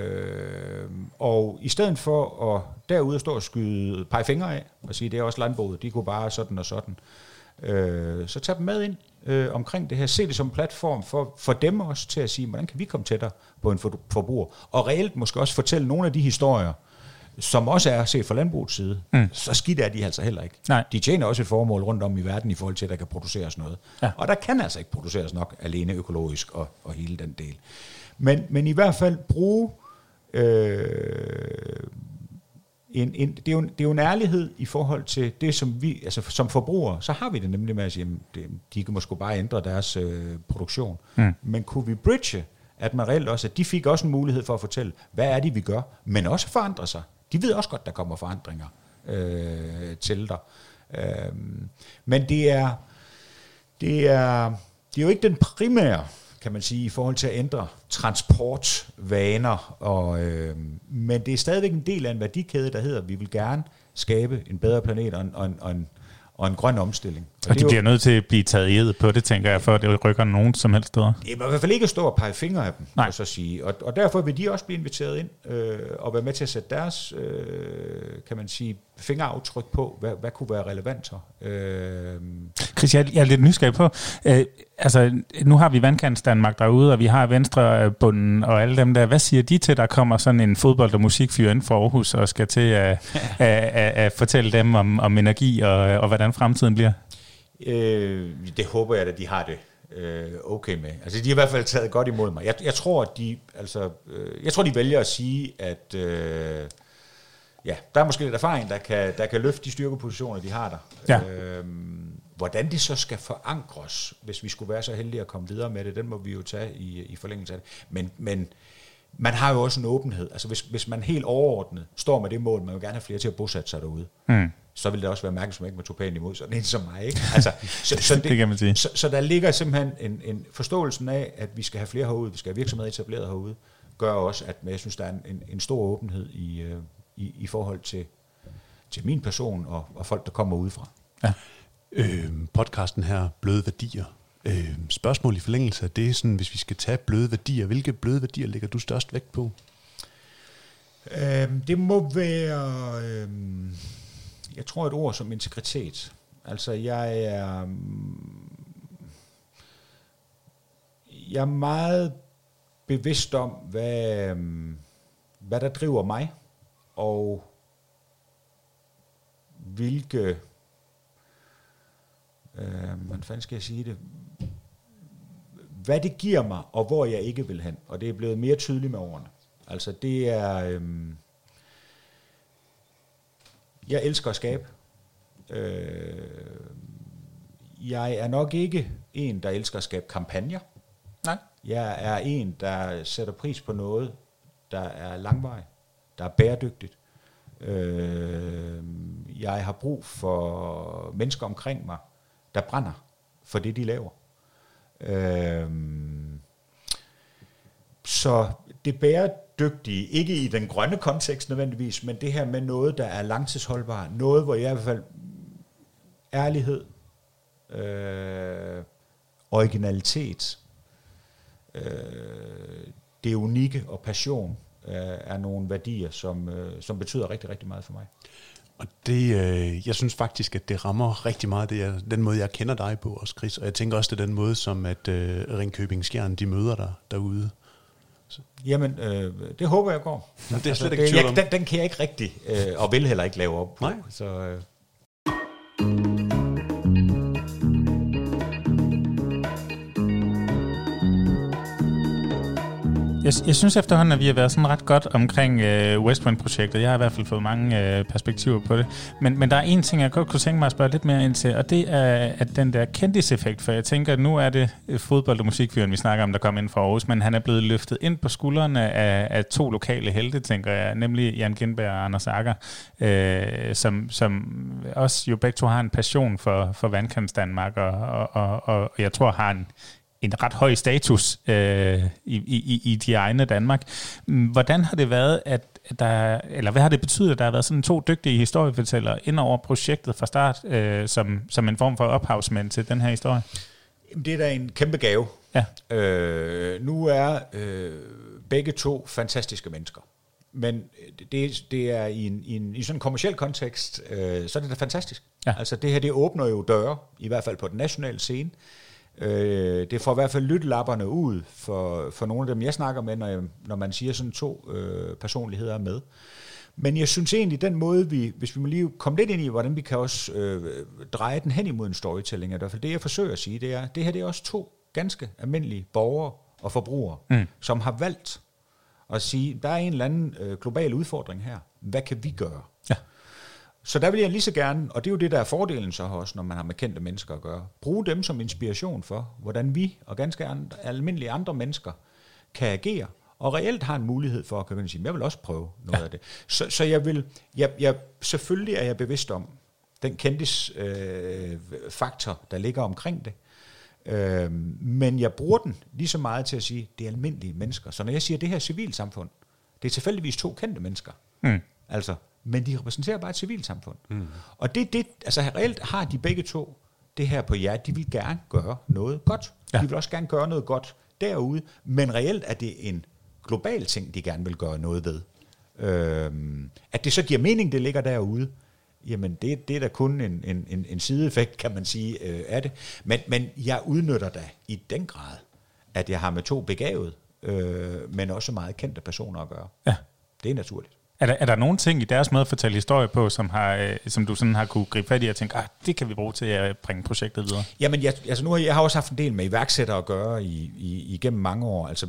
Og i stedet for at derude stå og skyde pege fingre af, og sige, det er også landbruget, de kunne bare sådan og sådan, så tag dem med ind omkring det her. Se det som en platform for dem også til at sige, hvordan kan vi komme tættere på en forbruger, og reelt måske også fortælle nogle af de historier, som også er set fra landbrugets side. Så skidt er de altså heller ikke. Nej. De tjener også et formål rundt om i verden i forhold til, at der kan produceres noget. Ja. Og der kan altså ikke produceres nok alene økologisk og hele den del. Men i hvert fald bruge det er jo en ærlighed i forhold til det, som vi, altså som forbrugere, så har vi det nemlig med at sige, de kan måske bare ændre deres produktion. Men kunne vi bridge, at man reelt også, at de fik også en mulighed for at fortælle, hvad er det, vi gør, men også forandre sig. De ved også godt, der kommer forandringer til dig. Men det er jo ikke den primære, kan man sige, i forhold til at ændre transportvaner, men det er stadigvæk en del af en værdikæde, der hedder, at vi vil gerne skabe en bedre planet og en grøn omstilling. Og de bliver nødt til at blive taget i ed på det, tænker jeg, for at det rykker nogen som helst steder. Det er i hvert fald ikke at stå og pege fingre af dem, og så sige. Og derfor vil de også blive inviteret ind og være med til at sætte deres, kan man sige, fingeraftryk på, hvad kunne være relevant så. Chris, jeg er lidt nysgerrig på, nu har vi Vandkants Danmark derude, og vi har Venstrebunden og alle dem der. Hvad siger de til, der kommer sådan en fodbold- og musikfyr inden for Aarhus, og skal til at fortælle dem om energi og hvordan fremtiden bliver? Det håber jeg, at de har det okay med. Altså, de har i hvert fald taget godt imod mig. Jeg tror, de vælger at sige, at der er måske lidt erfaring, der kan løfte de styrkepositioner, de har der. Ja. Hvordan det så skal forankres, hvis vi skulle være så heldige at komme videre med det, den må vi jo tage i forlængelse af det. Men man har jo også en åbenhed. Altså, hvis man helt overordnet står med det mål, man vil gerne have flere til at bosætte sig derude, så vil det også være mærkeligt, som ikke må tage pænt imod, sådan en som mig. Ikke? Altså, det kan man sige. Så der ligger simpelthen en forståelsen af, at vi skal have flere herude, vi skal have virksomheder etableret herude, gør også, at jeg synes, der er en stor åbenhed i forhold til min person og folk, der kommer udefra. Ja. Podcasten her, Bløde Værdier. Spørgsmål i forlængelse af det, sådan, hvis vi skal tage bløde værdier, hvilke bløde værdier lægger du størst vægt på? Det må være, jeg tror et ord som integritet. Altså jeg er meget bevidst om, hvad der driver mig, og hvilke, hvordan fanden skal jeg sige det, hvad det giver mig, og hvor jeg ikke vil hen. Og det er blevet mere tydeligt med årene. Altså det er, jeg elsker at skabe. Jeg er nok ikke en, der elsker at skabe kampagner. Nej. Jeg er en, der sætter pris på noget, der er langvarigt, der er bæredygtigt. Jeg har brug for mennesker omkring mig, der brænder for det, de laver. Så det bæredygtige, ikke i den grønne kontekst nødvendigvis, men det her med noget, der er langtidsholdbart, noget, hvor jeg i hvert fald ærlighed, originalitet, det unikke og passion er nogle værdier, som betyder rigtig, rigtig meget for mig. Og det, jeg synes faktisk, at det rammer rigtig meget den måde, jeg kender dig på også, Chris. Og jeg tænker også, det er den måde, som at Ringkøbing Skjern, de møder dig derude. Jamen, det håber jeg går. Det er slet ikke tvivl om. Den kan jeg ikke rigtig, og vil heller ikke lave op på. Nej. Så, Jeg synes efterhånden, at vi har været sådan ret godt omkring West Point-projektet. Jeg har i hvert fald fået mange perspektiver på det. Men der er en ting, jeg godt kunne tænke mig at spørge lidt mere ind til, og det er at den der kendiseffekt. For jeg tænker, at nu er det fodbold- og musikfyren, vi snakker om, der kom ind fra Aarhus, men han er blevet løftet ind på skuldrene af to lokale helte, tænker jeg, nemlig Jan Gindberg og Anders Agger, som også jo begge to har en passion for vandkants Danmark, og jeg tror har en ret høj status i de egne Danmark. Hvordan har det været, eller hvad har det betydet, at der har været sådan to dygtige historiefortællere ind over projektet fra start, som en form for ophavsmænd til den her historie? Det er da en kæmpe gave. Ja. Nu er begge to fantastiske mennesker. Men det er i sådan en kommerciel kontekst, så er det da fantastisk. Ja. Altså det her, det åbner jo døre, i hvert fald på den nationale scene. Det får i hvert fald lyttelapperne ud for nogle af dem, jeg snakker med, når man siger sådan to personligheder med. Men jeg synes egentlig, den måde, hvis vi må lige komme lidt ind i, hvordan vi kan også dreje den hen imod en storytelling, i hvert fald det, jeg forsøger at sige, det her det er også to ganske almindelige borgere og forbrugere, som har valgt at sige, der er en eller anden global udfordring her. Hvad kan vi gøre? Ja. Så der vil jeg lige så gerne, og det er jo det, der er fordelen så også, når man har med kendte mennesker at gøre, bruge dem som inspiration for, hvordan vi og ganske almindelige andre mennesker kan agere, og reelt har en mulighed for at kan sige, jeg vil også prøve noget af det. Så jeg selvfølgelig er jeg bevidst om den kendis-faktor, der ligger omkring det, men jeg bruger den lige så meget til at sige, det er almindelige mennesker. Så når jeg siger det her civilsamfund, det er tilfældigvis to kendte mennesker. Altså, men de repræsenterer bare et civilsamfund. Og det, altså reelt har de begge to det her på jer, de vil gerne gøre noget godt. Ja. De vil også gerne gøre noget godt derude, men reelt er det en global ting, de gerne vil gøre noget ved. At det så giver mening, det ligger derude, jamen det er da kun en sideeffekt, kan man sige, af det. Men jeg udnytter da i den grad, at jeg har med to begavede, men også meget kendte personer at gøre. Ja. Det er naturligt. Er der nogle ting i deres måde at fortælle historie på, som du sådan har kunne gribe fat i og tænke, det kan vi bruge til at bringe projektet videre? Jamen, jeg har også haft en del med iværksættere at gøre igennem mange år. Altså,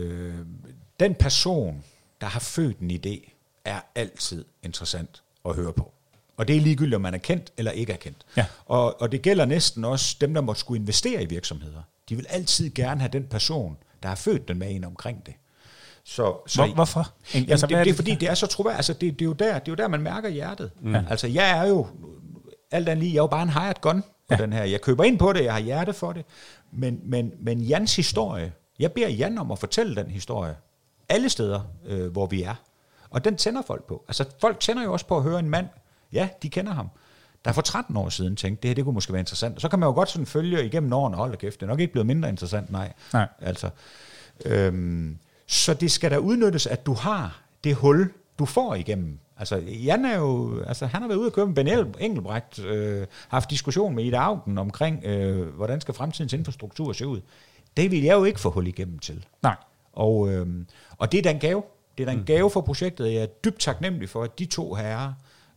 den person, der har født en idé, er altid interessant at høre på. Og det er ligegyldigt, om man er kendt eller ikke er kendt. Ja. Og det gælder næsten også dem, der måtte skulle investere i virksomheder. De vil altid gerne have den person, der har født den med en omkring det. Hvorfor? Altså, det er fordi, det er så troværdigt. Altså, det er jo der, man mærker hjertet. Altså, jeg er jo, alt andet lige, jeg er jo bare en hired gun på den her. Jeg køber ind på det, jeg har hjerte for det. Men Jans historie, jeg beder Jan om at fortælle den historie alle steder, hvor vi er. Og den tænder folk på. Altså, folk tænder jo også på at høre en mand. Ja, de kender ham. Der for 13 år siden tænkte, det kunne måske være interessant. Og så kan man jo godt sådan følge igennem årene, hold da kæft, det er nok ikke blevet mindre interessant, nej. Altså, så det skal da udnyttes, at du har det hul, du får igennem. Altså, Jan er jo, altså, han har været ude at køre med Ben Engelbrecht, haft diskussion med Ida Auken omkring, hvordan skal fremtidens infrastruktur se ud. Det vil jeg jo ikke få hul igennem til. Nej. Og det er da en gave. Det er da en gave for projektet. Jeg er dybt taknemmelig for, at de to herrer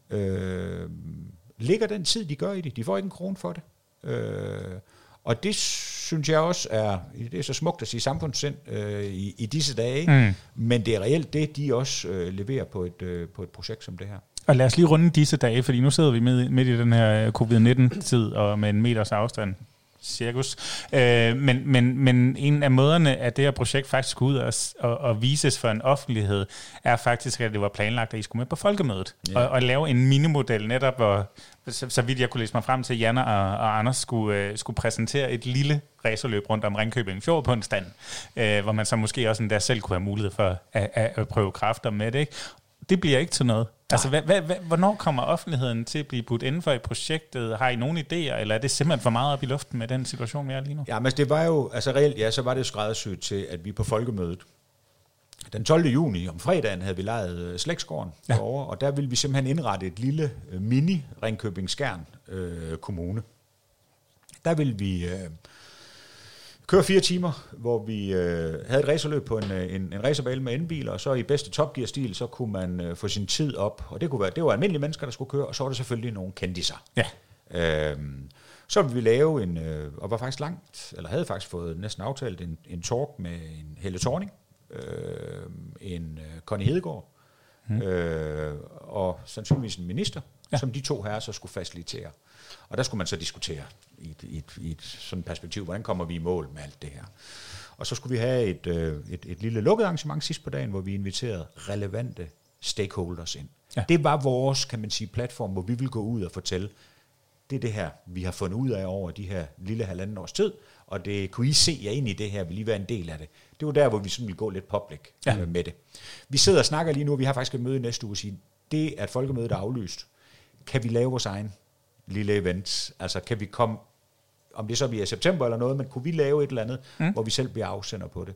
ligger den tid, de gør i det. De får ikke en krone for det. Og det synes jeg også det er så smukt at sige samfundssind i disse dage, men det er reelt det, de også leverer på et projekt som det her. Og lad os lige runde disse dage, fordi nu sidder vi midt i den her covid-19-tid og med en meters afstand. Cirkus. Men en af måderne, at det her projekt faktisk skulle ud og vises for en offentlighed, er faktisk, at det var planlagt, at I skulle med på folkemødet. Yeah. Og lave en minimodel netop, hvor, så vidt jeg kunne læse mig frem til, Janne og Anders skulle præsentere et lille racerløb rundt om Ringkøbing Fjord på en stand, hvor man så måske også endda selv kunne have mulighed for at prøve kræfter med det, ikke? Det bliver ikke til noget. Altså, hvornår kommer offentligheden til at blive budt inden for i projektet? Har I nogle idéer, eller er det simpelthen for meget op i luften med den situation, vi er lige nu? Ja, men det var jo, altså reelt, så var det skræddersyet til, at vi på folkemødet, den 12. juni om fredagen, havde vi lejet Slægtsgården derovre, og der ville vi simpelthen indrette et lille mini-Ringkøbing-Skjern kommune. Der ville vi køre 4 timer, hvor vi havde et racerløb på en racerbane med elbiler, og så i bedste topgear-stil, så kunne man få sin tid op, og det var almindelige mennesker, der skulle køre, og så var der selvfølgelig nogle kendiser. Ja. Så ville vi lave og var faktisk havde faktisk fået næsten aftalt en talk med en Helle Thorning, en Connie Hedegaard, og sandsynligvis en minister, som de to herrer så skulle facilitere. Og der skulle man så diskutere i et sådan perspektiv, hvordan kommer vi i mål med alt det her. Og så skulle vi have et lille lukket arrangement sidst på dagen, hvor vi inviterede relevante stakeholders ind. Ja. Det var vores, kan man sige, platform, hvor vi ville gå ud og fortælle, det er det her, vi har fundet ud af over de her lille halvanden års tid, og det kunne I se jer ind i det her, vil lige være en del af det. Det var der, hvor vi sådan ville gå lidt public med det. Vi sidder og snakker lige nu, og vi har faktisk et møde i næste uge og sige, det at folkemødet er aflyst, kan vi lave vores egen lille event? Altså kan vi komme, om det så bliver i september eller noget, men kunne vi lave et eller andet, hvor vi selv bliver afsender på det?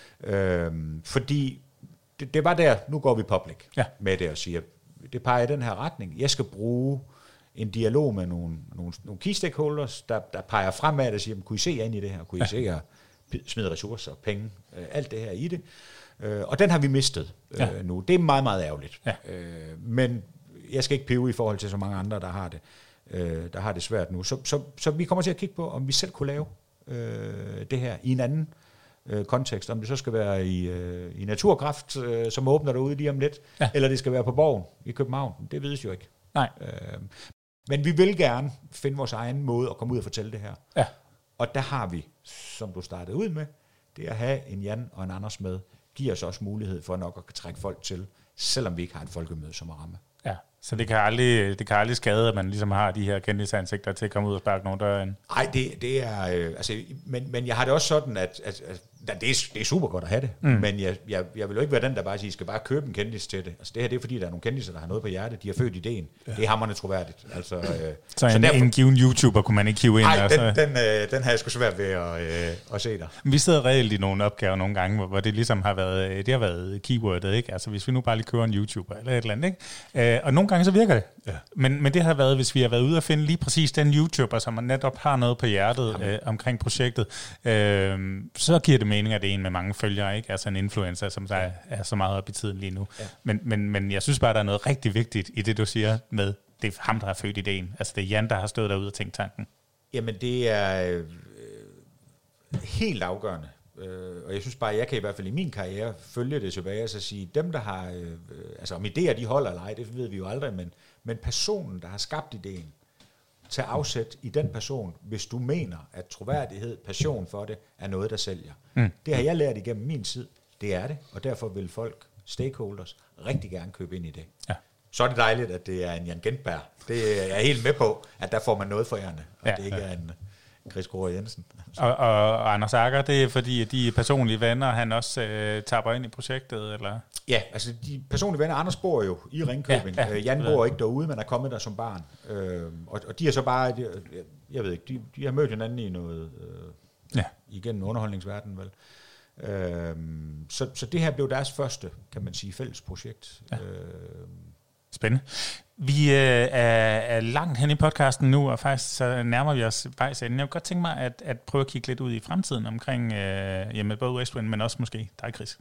Fordi det var der, nu går vi public med det og siger, det peger i den her retning. Jeg skal bruge en dialog med nogle key stakeholders, der peger fremad og siger, kunne I se jer ind i det her? Kunne I se jer smide ressourcer, penge, alt det her i det? Og den har vi mistet nu. Det er meget, meget ærgerligt. Ja. Men jeg skal ikke pive i forhold til så mange andre, der har det svært nu. Så vi kommer til at kigge på, om vi selv kunne lave det her i en anden kontekst. Om det så skal være i Naturkraft, som åbner derude lige om lidt, eller det skal være på Borgen i København. Det vides jo ikke. Nej. Men vi vil gerne finde vores egen måde at komme ud og fortælle det her. Ja. Og der har vi, som du startede ud med, det at have en Jan og en Anders med, giver os også mulighed for nok at trække folk til, selvom vi ikke har et folkemøde som at ramme. Ja, så det kan aldrig skade, at man ligesom har de her kendisansigter til at komme ud og sparke nogle døre ind. Nej, det er... altså, men jeg har det også sådan, at det er super godt at have det, men jeg vil jo ikke være den, der bare siger, I skal bare købe en kendis til det. Altså det her, det er fordi, der er nogle kendiser, der har noget på hjertet, de har født ideen. Ja. Det er hamrende troværdigt. Altså, så en given YouTuber kunne man ikke hive ind? Nej, den har jeg sgu svært ved at se der. Vi sidder reelt i nogle opgaver nogle gange, hvor det ligesom har været keywordet, ikke? Altså hvis vi nu bare lige kører en YouTuber eller et eller andet, ikke? Og nogle gange så virker det. Ja. Men det har været, hvis vi har været ude og finde lige præcis den YouTuber, som netop har noget på hjertet omkring projektet, så giver det mening, at det er en med mange følgere, ikke? Altså en influencer, som der er så meget op i tiden lige nu. Ja. Men jeg synes bare, der er noget rigtig vigtigt i det, du siger med, det er ham, der har født ideen. Altså det er Jan, der har stået derude og tænkt tanken. Jamen det er helt afgørende. Og jeg synes bare, jeg kan i hvert fald i min karriere følge det tilbage og så sige, dem der har, altså om idéer de holder eller ej, det ved vi jo aldrig, men personen, der har skabt ideen, tag afsæt i den person, hvis du mener, at troværdighed, passion for det, er noget, der sælger. Det har jeg lært igennem min tid. Det er det, og derfor vil folk, stakeholders, rigtig gerne købe ind i det. Ja. Så er det dejligt, at det er en Jan Gentberg. Det er jeg helt med på, at der får man noget for ærende, og det ikke er en Chris Gråre Jensen. Og Anders Akker, det er fordi, at de personlige venner, han også tapper ind i projektet, eller? Ja, altså de personlige venner, Anders bor jo i Ringkøbing. Jan bor ikke derude, men er kommet der som barn. Og de er så bare, jeg ved ikke, de har mødt hinanden i noget, igen underholdningsverden vel. Så det her blev deres første, kan man sige, fælles projekt. Ja. Spændende. Vi er langt hen i podcasten nu, og faktisk så nærmer vi os vejs enden. Jeg kunne godt tænke mig at prøve at kigge lidt ud i fremtiden omkring både West Wind, men også måske dig, Chris.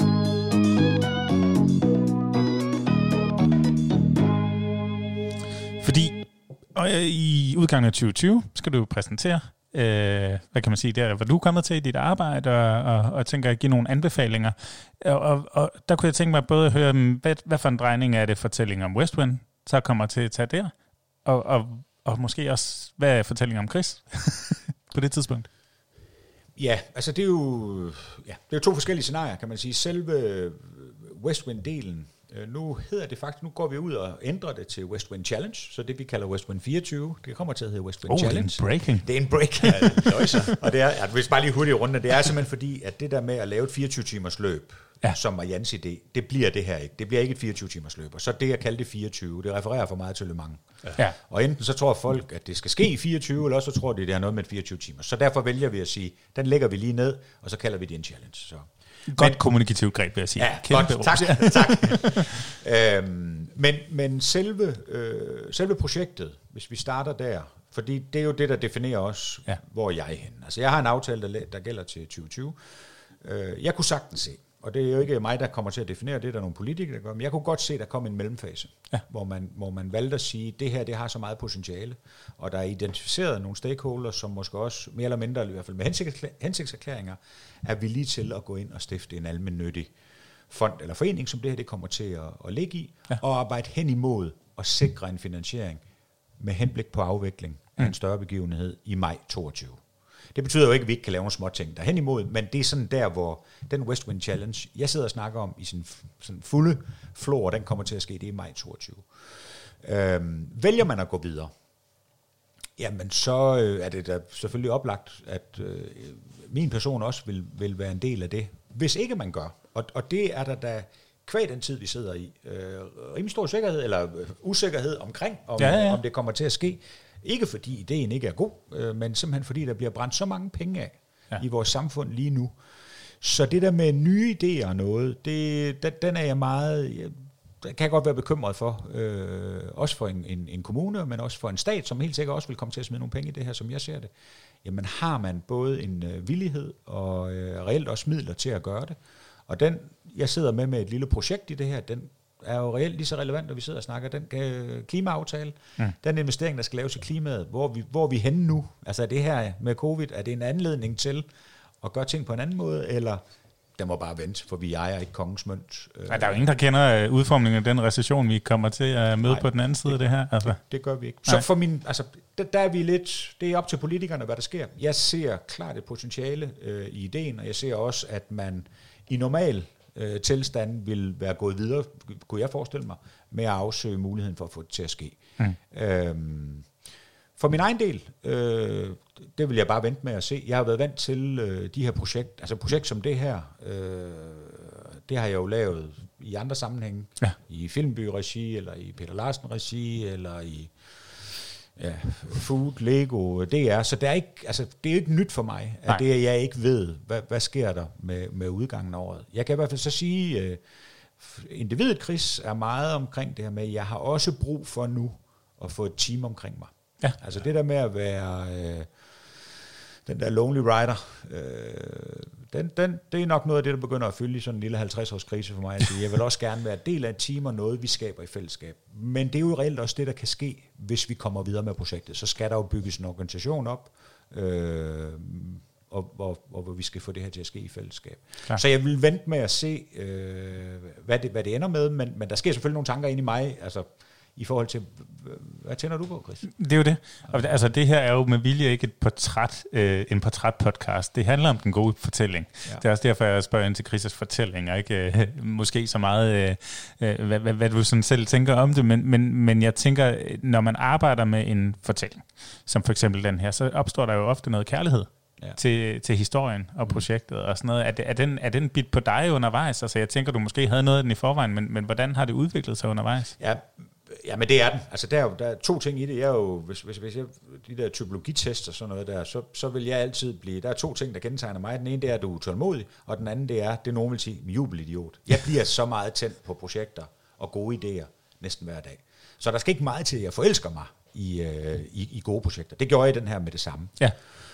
Fordi i udgangen af 2020 skal du præsentere, hvad kan man sige, der hvor du er kommet til i dit arbejde, og tænker at give nogle anbefalinger. Og der kunne jeg tænke mig både at høre, hvad for en drejning er det fortælling om West Wind, så kommer til at tage der, og måske også, hvad er fortællingen om Chris på det tidspunkt? Ja, altså det er jo to forskellige scenarier, kan man sige. Selve West Wind-delen, nu går vi ud og ændrer det til West Wind Challenge, så det vi kalder West Wind 24, det kommer til at hedde West Wind Challenge. Det er en breaking. Det er en break. Og det er, hvis bare lige hurtigt rundt, det er simpelthen fordi, at det der med at lave et 24-timers løb, som var Jans idé, det bliver det her ikke. Det bliver ikke et 24-timers løb. Og så det, jeg kalder det 24, det refererer for meget til Le Mans. Ja. Og enten så tror folk, at det skal ske i 24, eller også så tror de, det har noget med 24 timer. Så derfor vælger vi at sige, den lægger vi lige ned, og så kalder vi det en challenge. Så. Godt kommunikativt greb, vil jeg sige. Ja, godt. Tak. Men selve projektet, hvis vi starter der, fordi det er jo det, der definerer os, hvor jeg er henne. Altså jeg har en aftale, der gælder til 2020. Jeg kunne sagtens se, og det er jo ikke mig, der kommer til at definere det, der er nogle politikere, der gør, men jeg kunne godt se, at der kom en mellemfase, hvor man valgte at sige, at det her det har så meget potentiale, og der er identificeret nogle stakeholders, som måske også mere eller mindre, i hvert fald med hensigtserklæringer, er villige til at gå ind og stifte en almennyttig fond eller forening, som det her det kommer til at ligge i, og arbejde hen imod at sikre en finansiering med henblik på afvikling af en større begivenhed i maj 22. Det betyder jo ikke, at vi ikke kan lave nogle små ting derhen imod, men det er sådan der, hvor den West Wind Challenge, jeg sidder og snakker om i sin sådan fulde flor, den kommer til at ske, det er i maj 22. Vælger man at gå videre, jamen så er det da selvfølgelig oplagt, at min person også vil være en del af det, hvis ikke man gør. Og det er der da kvæg den tid, vi sidder i. Rimelig stor sikkerhed, eller usikkerhed omkring, om det kommer til at ske. Ikke fordi ideen ikke er god, men simpelthen fordi der bliver brændt så mange penge af i vores samfund lige nu. Så det der med nye idéer og noget, den er jeg meget... kan jeg godt være bekymret for, også for en kommune, men også for en stat, som helt sikkert også vil komme til at smide nogle penge i det her, som jeg ser det. Jamen har man både en villighed og reelt også midler til at gøre det. Og den, jeg sidder med et lille projekt i det her, den er jo reelt lige så relevant, når vi sidder og snakker. Den klimaaftale, den investering, der skal laves i klimaet, hvor vi henne nu? Altså det her med covid, er det en anledning til at gøre ting på en anden måde, eller der må bare vente, for vi ejer ikke kongens mønt. Nej, der er jo ingen, der kender udformningen af den recession, vi kommer til at møde på den anden side af det her. Altså. Det gør vi ikke. Så for der er vi lidt, det er op til politikerne, hvad der sker. Jeg ser klart et potentiale i ideen, og jeg ser også, at man i normal tilstand vil være gået videre, kunne jeg forestille mig, med at afsøge muligheden for at få det til at ske. For min egen del, det vil jeg bare vente med at se. Jeg har været vant til de her projekter, altså projekt som det her, det har jeg jo lavet i andre sammenhænge, i Filmby-regi, eller i Peter Larsen-regi, eller i Food, Lego, DR, så det er ikke, altså, det er ikke nyt for mig, at det jeg ikke ved, hvad sker der med udgangen af året. Jeg kan i hvert fald så sige, individet Chris er meget omkring det her med, at jeg har også brug for nu at få et team omkring mig. Ja. Altså det der med at være den der lonely rider, det er nok noget af det, der begynder at fylde i sådan en lille 50-års krise for mig. Altså, jeg vil også gerne være del af et team og noget, vi skaber i fællesskab. Men det er jo reelt også det, der kan ske, hvis vi kommer videre med projektet. Så skal der jo bygges en organisation op, og hvor vi skal få det her til at ske i fællesskab. Klar. Så jeg vil vente med at se, hvad det ender med, men der sker selvfølgelig nogle tanker ind i mig, altså i forhold til, hvad tænder du på, Chris? Det er jo det. Altså det her er jo med vilje ikke en portrætpodcast. Det handler om den gode fortælling. Ja. Det er også derfor, jeg spørger ind til Chris' fortællinger. Ikke måske så meget, hvad du sådan selv tænker om det, men jeg tænker, når man arbejder med en fortælling, som for eksempel den her, så opstår der jo ofte noget kærlighed. Til historien og projektet og sådan noget. Er den bit på dig undervejs? Altså jeg tænker, du måske havde noget af den i forvejen, men hvordan har det udviklet sig undervejs? Ja, men det er den. Altså der er to ting i det. Jeg er jo, hvis jeg, de der typologitest og sådan noget der, så vil jeg altid blive, der er to ting, der kendetegner mig. Den ene, det er, at du er utålmodig, og den anden, det er nogen vil sige, jubelidiot. Jeg bliver så meget tændt på projekter og gode idéer næsten hver dag. Så der skal ikke meget til, at jeg forelsker mig i gode projekter. Det gjorde jeg den her med det samme. Ja.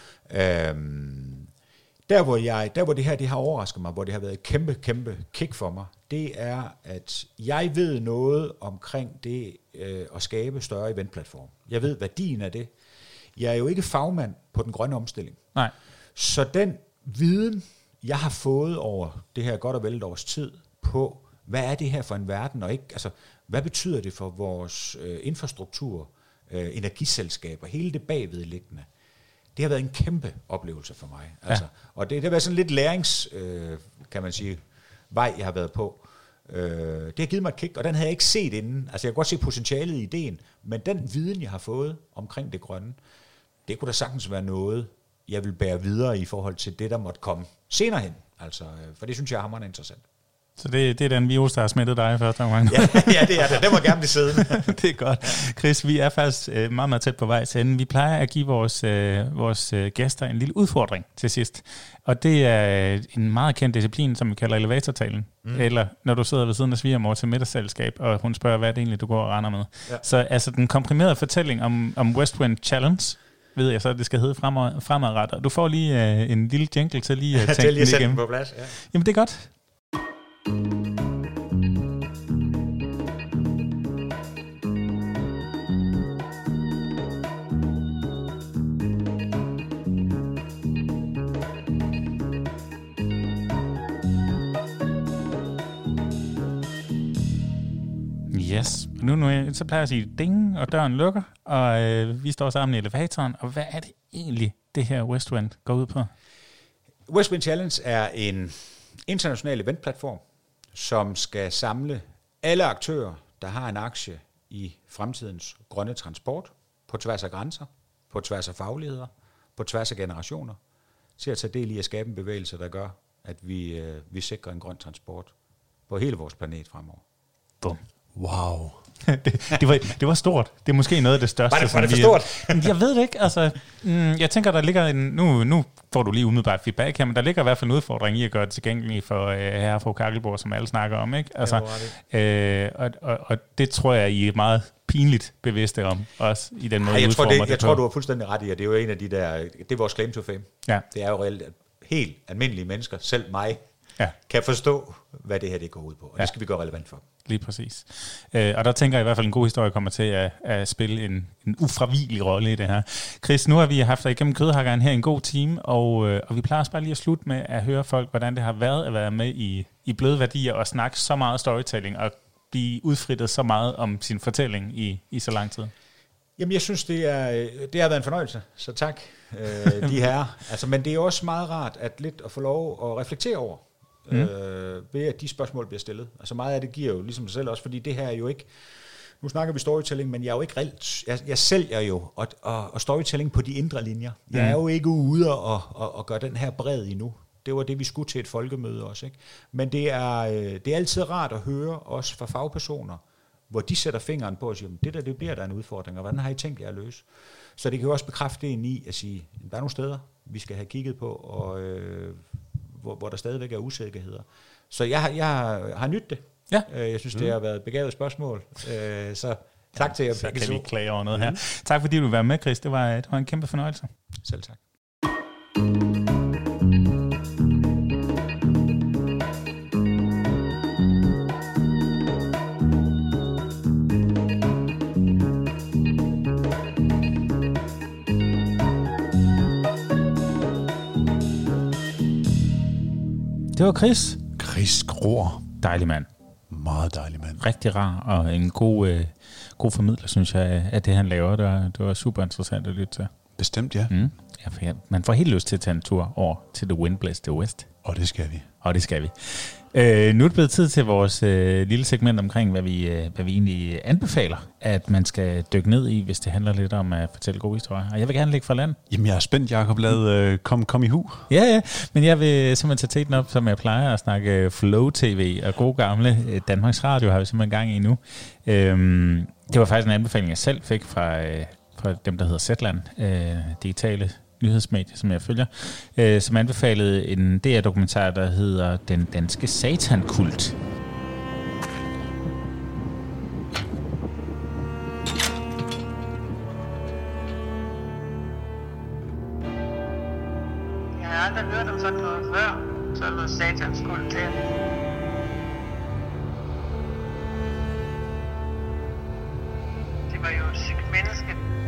Der hvor det her det har overrasket mig, hvor det har været et kæmpe kick for mig, det er, at jeg ved noget omkring det at skabe større eventplatform. Jeg ved værdien af det. Jeg er jo ikke fagmand på den grønne omstilling. Nej. Så den viden, jeg har fået over det her godt og vel et års tid på, hvad er det her for en verden, og ikke, altså, hvad betyder det for vores infrastruktur, energiselskaber, hele det bagvedliggende. Det har været en kæmpe oplevelse for mig. Altså. Ja. Og det har været sådan lidt lærings, kan man sige, vej, jeg har været på. Det har givet mig et kick, og den havde jeg ikke set inden. Altså jeg kan godt se potentialet i ideen, men den viden, jeg har fået omkring det grønne, det kunne da sagtens være noget, jeg vil bære videre i forhold til det, der måtte komme senere hen. Altså, for det synes jeg er hamrende interessant. Så det er den virus, der har smittet dig første gang? Ja, det er det. Den må gerne blive siddende. Det er godt. Chris, vi er faktisk meget, meget tæt på vej til enden. Vi plejer at give vores gæster en lille udfordring til sidst. Og det er en meget kendt disciplin, som vi kalder elevatortalen. Eller når du sidder ved siden af svigermor til middagsselskab, og hun spørger, hvad det egentlig, du går og render med. Ja. Så altså den komprimerede fortælling om West Wind Challenge, ved jeg så, at det skal hedde fremadrettet. Du får lige en lille jingle til lige at tænke den igennem. På plads, ja. Jamen det er godt. Yes. Nu så plejer jeg at sige ding, og døren lukker, og vi står sammen i elevatoren. Og hvad er det egentlig, det her Westwind går ud på? Westwind Challenge er en international eventplatform, som skal samle alle aktører, der har en aktie i fremtidens grønne transport, på tværs af grænser, på tværs af fagligheder, på tværs af generationer, til at tage del i at skabe en bevægelse, der gør, at vi sikrer en grøn transport på hele vores planet fremover. Bum. Wow. det var stort. Det er måske noget af det største. Var det for stort? Jeg ved det ikke. Altså, jeg tænker, der ligger nu får du lige umiddelbart feedback her, men der ligger i hvert fald en udfordring i at gøre det tilgængeligt for herre og fru Kakkelborg, som alle snakker om. Ikke? Altså, og det tror jeg, I er meget pinligt bevidste om, også i den måde, jeg tror, du har fuldstændig ret i, at det er jo en af de der, det er vores claim to fame. Ja. Det er jo reelt, at helt almindelige mennesker, selv mig, kan forstå, hvad det her det går ud på, og det skal vi gøre relevant for. Lige præcis. Og der tænker jeg i hvert fald, en god historie kommer til at spille en ufravigelig rolle i det her. Chris, nu har vi haft dig igennem Kødhakkeren her en god time, og vi plejer også bare lige at slutte med at høre folk, hvordan det har været at være med i Bløde Værdier og snakke så meget storytelling og blive udfrittet så meget om sin fortælling i så lang tid. Jamen, jeg synes, det har været en fornøjelse, så tak, de her. Altså, men det er også meget rart at få lov at reflektere over, ved at de spørgsmål bliver stillet. Altså meget af det giver jo ligesom sig selv også, fordi det her er jo ikke, nu snakker vi storytelling, men jeg er jo ikke reelt, jeg sælger jo og storytelling på de indre linjer. Jeg er jo ikke ude og gøre den her bred endnu. Det var det, vi skulle til et folkemøde også, ikke? Men det er altid rart at høre, også fra fagpersoner, hvor de sætter fingeren på og siger, det bliver der en udfordring, og hvordan har I tænkt jer at løse? Så det kan jo også bekræfte en i at sige, der er nogle steder, vi skal have kigget på, og hvor der stadigvæk er usikkerheder. Så jeg har nydt det. Ja. Jeg synes, det har været et begavet spørgsmål. Så tak til jer. Så kan vi klage over noget her. Tak fordi du var med, Chris. Det var en kæmpe fornøjelse. Selv tak. Det var Chris. Chris Grohr. Dejlig mand. Meget dejlig mand. Rigtig rar og en god formidler, synes jeg, af det, han laver. Det var super interessant at lytte til. Bestemt, ja. Ja, man får helt lyst til at tage en tur over til The Wind Bless the West. Og det skal vi. Nu er det blevet tid til vores lille segment omkring, hvad vi egentlig anbefaler, at man skal dykke ned i, hvis det handler lidt om at fortælle gode historier. Og jeg vil gerne lægge fra land. Jamen, jeg er spændt, Jacob. Lad kom i hu. Ja, men jeg vil simpelthen tage teten op, som jeg plejer at snakke Flow TV og gode gamle Danmarks Radio har vi simpelthen gang i nu. Det var faktisk en anbefaling, jeg selv fik fra dem, der hedder Zetland, digitale nyhedsmedie, som jeg følger, som anbefalede en DR-dokumentar, der hedder Den Danske Satankult. Jeg har aldrig hørt om sådan noget før, sådan noget satanskult her. Det var jo et sygt menneske.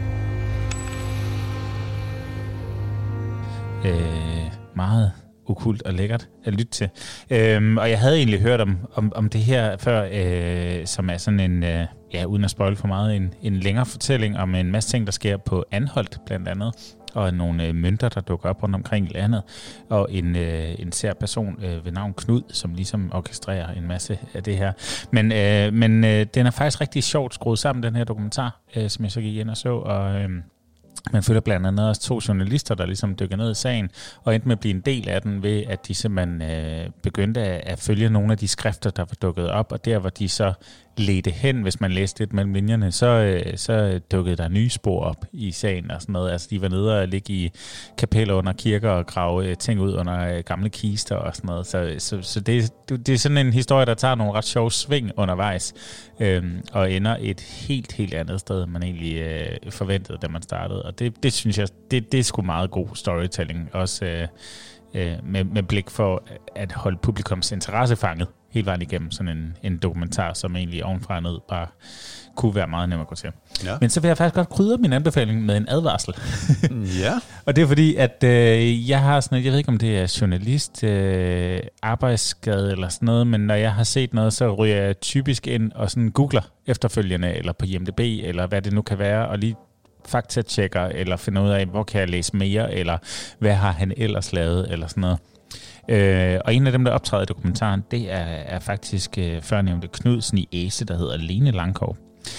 Meget okkult og lækkert at lytte til. Og jeg havde egentlig hørt om det her før, som er sådan en, uden at spoile for meget, en længere fortælling om en masse ting, der sker på Anholt blandt andet, og nogle mønter, der dukker op rundt omkring i landet, og en sær person ved navn Knud, som ligesom orkestrerer en masse af det her. Men den er faktisk rigtig sjovt skruet sammen, den her dokumentar, som jeg så gik ind og så, og man følger blandt andet også 2 journalister, der ligesom dykker ned i sagen, og endte med at blive en del af den ved, at de simpelthen begyndte at følge nogle af de skrifter, der var dukket op, og der hvor de så ledte hen, hvis man læste lidt mellem linjerne, så dukkede der nye spor op i sagen og sådan noget. Altså de var nede og ligge i kapeller under kirker og grave ting ud under gamle kister og sådan noget. Så det er sådan en historie, der tager nogle ret sjove sving undervejs, og ender et helt andet sted, man egentlig forventede, da man startede. Og det synes jeg, det er sgu meget god storytelling, også med blik for at holde publikums interesse fanget hele vejen igennem sådan en dokumentar, som egentlig ovenfra og ned bare kunne være meget nem at gå til. Ja. Men så vil jeg faktisk godt krydre min anbefaling med en advarsel. Ja. Og det er fordi, at jeg har sådan, jeg ved ikke om det er journalist, arbejdsskade eller sådan noget, men når jeg har set noget, så ryger jeg typisk ind og sådan googler efterfølgende, eller på IMDb, eller hvad det nu kan være, og lige faktatjekker, eller finder ud af, hvor kan jeg læse mere, eller hvad har han ellers lavet, eller sådan noget. Og en af dem, der optræder i dokumentaren, det er faktisk førnævnte Knudsen i Æse, der hedder Lene Langkov.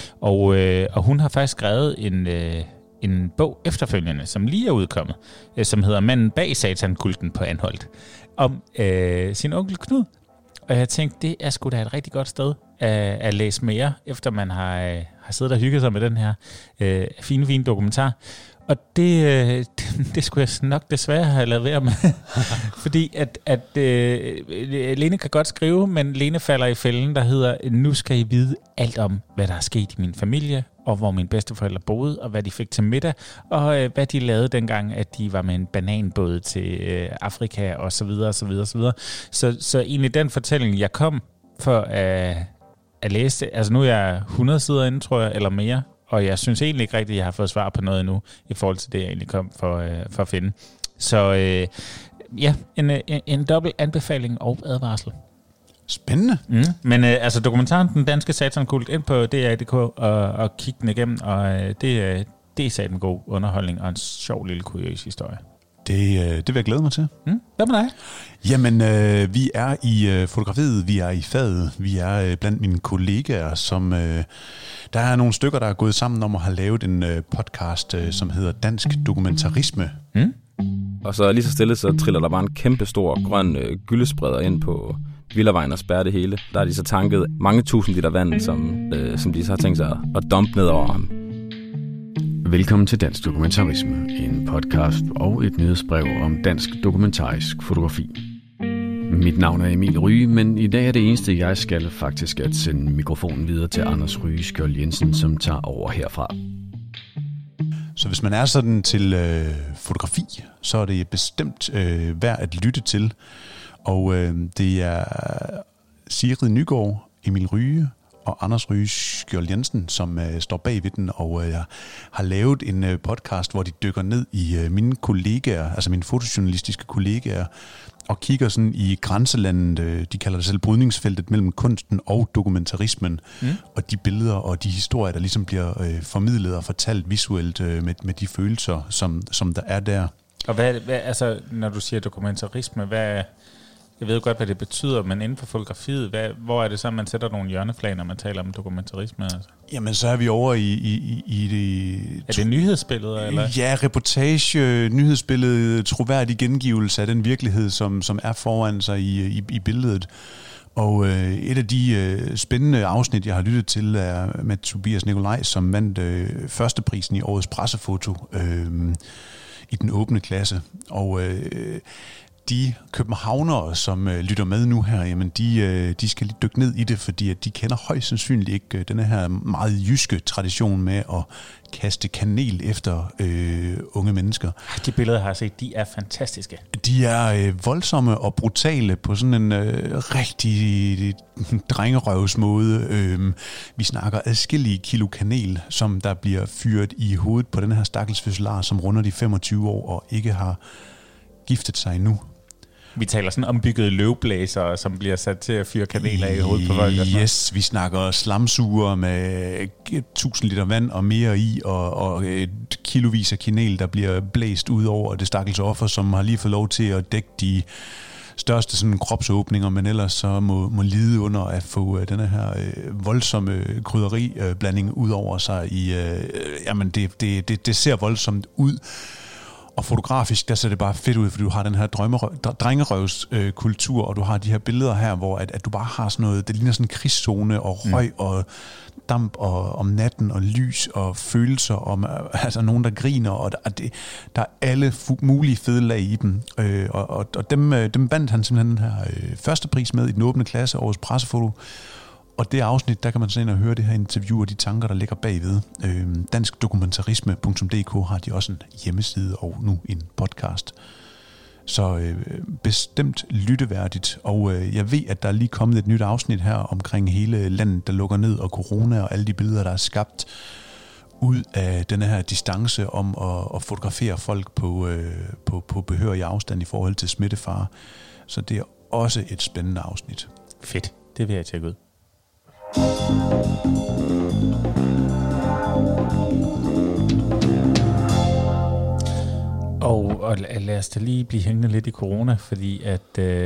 Og hun har faktisk skrevet en bog efterfølgende, som lige er udkommet, som hedder Manden bag satankulten på Anholt, om sin onkel Knud. Og jeg tænkte, det er sgu da et rigtig godt sted at læse mere, efter man har siddet og hygget sig med den her fine dokumentar. Og det skulle jeg nok desværre have lavet være med. Fordi at Lene kan godt skrive, men Lene falder i fælden, der hedder, nu skal I vide alt om, hvad der er sket i min familie, og hvor mine bedsteforældre boede, og hvad de fik til middag, og hvad de lavede dengang, at de var med en bananbåd til Afrika, og så videre, og så videre, og så videre. Så egentlig den fortælling, jeg kom for at læse, altså nu er jeg 100 sider inde, tror jeg, eller mere, og jeg synes egentlig ikke rigtigt, at jeg har fået svar på noget endnu, i forhold til det, jeg egentlig kom for at finde. Så ja, en dobbelt anbefaling og advarsel. Spændende. Men altså dokumentaren, Den Danske Satankult, ind på DR.dk og kig den igennem, og det er satan god underholdning og en sjov lille kuriøs historie. Det vil jeg glæde mig til. Hvad med dig? Jamen, vi er i fotografiet, vi er i faget, vi er blandt mine kollegaer, som der er nogle stykker, der er gået sammen om at have lavet en podcast, som hedder Dansk Dokumentarisme. Og så lige så stille, så triller der bare en kæmpe stor grøn gyldespreder ind på Villavejen og spærre det hele. Der er de så tanket mange tusind liter vand, som de så har tænkt sig at dumpe ned over ham. Velkommen til Dansk Dokumentarisme, en podcast og et nyhedsbrev om dansk dokumentarisk fotografi. Mit navn er Emil Ryge, men i dag er det eneste, jeg skal faktisk at sende mikrofonen videre til Anders Ryge Skjold Jensen, som tager over herfra. Så hvis man er sådan til fotografi, så er det bestemt værd at lytte til. Og det er Sigrid Nygaard, Emil Ryge og Anders Ryge Skjold Jensen, som står bag ved den, og jeg har lavet en podcast, hvor de dykker ned i mine kollegaer, altså mine fotojournalistiske kollegaer, og kigger sådan i grænselandet, de kalder det selv brydningsfeltet mellem kunsten og dokumentarismen, og de billeder og de historier, der ligesom bliver formidlet og fortalt visuelt med de følelser, som der er der. Og hvad altså, når du siger dokumentarisme, jeg ved godt, hvad det betyder, men inden for fotografiet, hvor er det så, man sætter nogle hjørneflag, når man taler om dokumentarisme? Altså? Jamen, så er vi over i det... Er det nyhedsbilleder, eller? Ja, reportage, nyhedsbillede, troværdig gengivelse af den virkelighed, som er foran sig i billedet. Og et af de spændende afsnit, jeg har lyttet til, er med Tobias Nikolaj, som vandt førsteprisen i årets pressefoto i den åbne klasse. Og de københavnere, som lytter med nu her, jamen de skal lige dykke ned i det, fordi at de kender højst sandsynligt ikke denne her meget jyske tradition med at kaste kanel efter unge mennesker. De billeder, jeg har set, de er fantastiske. De er voldsomme og brutale på sådan en rigtig drengerøvsmåde. Vi snakker adskillige kilo kanel, som der bliver fyret i hovedet på den her stakkels fødselar, som runder de 25 år og ikke har giftet sig endnu. Vi taler sådan ombyggede løvblæser, som bliver sat til at fyre kaneler i hovedet på folk. Yes, vi snakker slamsuger med 1000 liter vand og mere i, og kilovis af kanel, der bliver blæst ud over det stakkels offer, som har lige fået lov til at dække de største sådan kropsåbninger, men ellers så må lide under at få denne her voldsomme krydderiblanding ud over sig. Jamen det ser voldsomt ud. Og fotografisk, der ser det bare fedt ud, fordi du har den her drengerøvskultur, og du har de her billeder her, hvor at du bare har sådan noget, det ligner sådan en krigszone, og røg, og damp, og om natten, og lys, og følelser, om altså nogen, der griner, og der er alle mulige fede lag i dem. Og dem vandt han simpelthen den her første pris med i den åbne klasse, årets pressefoto. Og det afsnit, der kan man så ind og høre det her interview og de tanker, der ligger bagved. Danskdokumentarisme.dk har de også en hjemmeside og nu en podcast. Så bestemt lytteværdigt, og jeg ved, at der er lige kommet et nyt afsnit her omkring hele landet, der lukker ned, og corona og alle de billeder, der er skabt ud af denne her distance om at fotografere folk på behørig afstand i forhold til smittefare. Så det er også et spændende afsnit. Fedt, det vil jeg tjekke ud. Og lad os da lige blive hængende lidt i corona, fordi at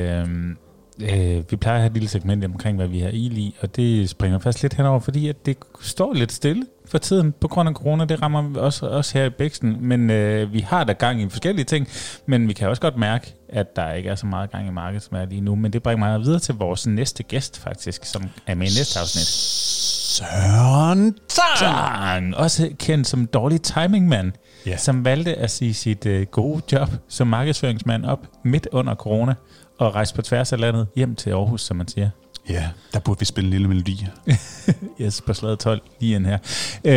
vi plejer at have et lille segment omkring, hvad vi har i, og det springer fast lidt henover, fordi at det står lidt stille for tiden på grund af corona. Det rammer også her i Bæksten, men vi har da gang i forskellige ting, men vi kan også godt mærke, at der ikke er så meget gang i markedet, som er lige nu. Men det bringer mig videre til vores næste gæst faktisk, som er med i næste afsnit. Søren Tang! Også kendt som dårlig timingmand, som valgte at sige sit gode job som markedsføringsmand op midt under corona, og rejse på tværs af landet hjem til Aarhus, som man siger. Ja, der burde vi spille en lille melodi. Yes, på slaget 12 lige ind her.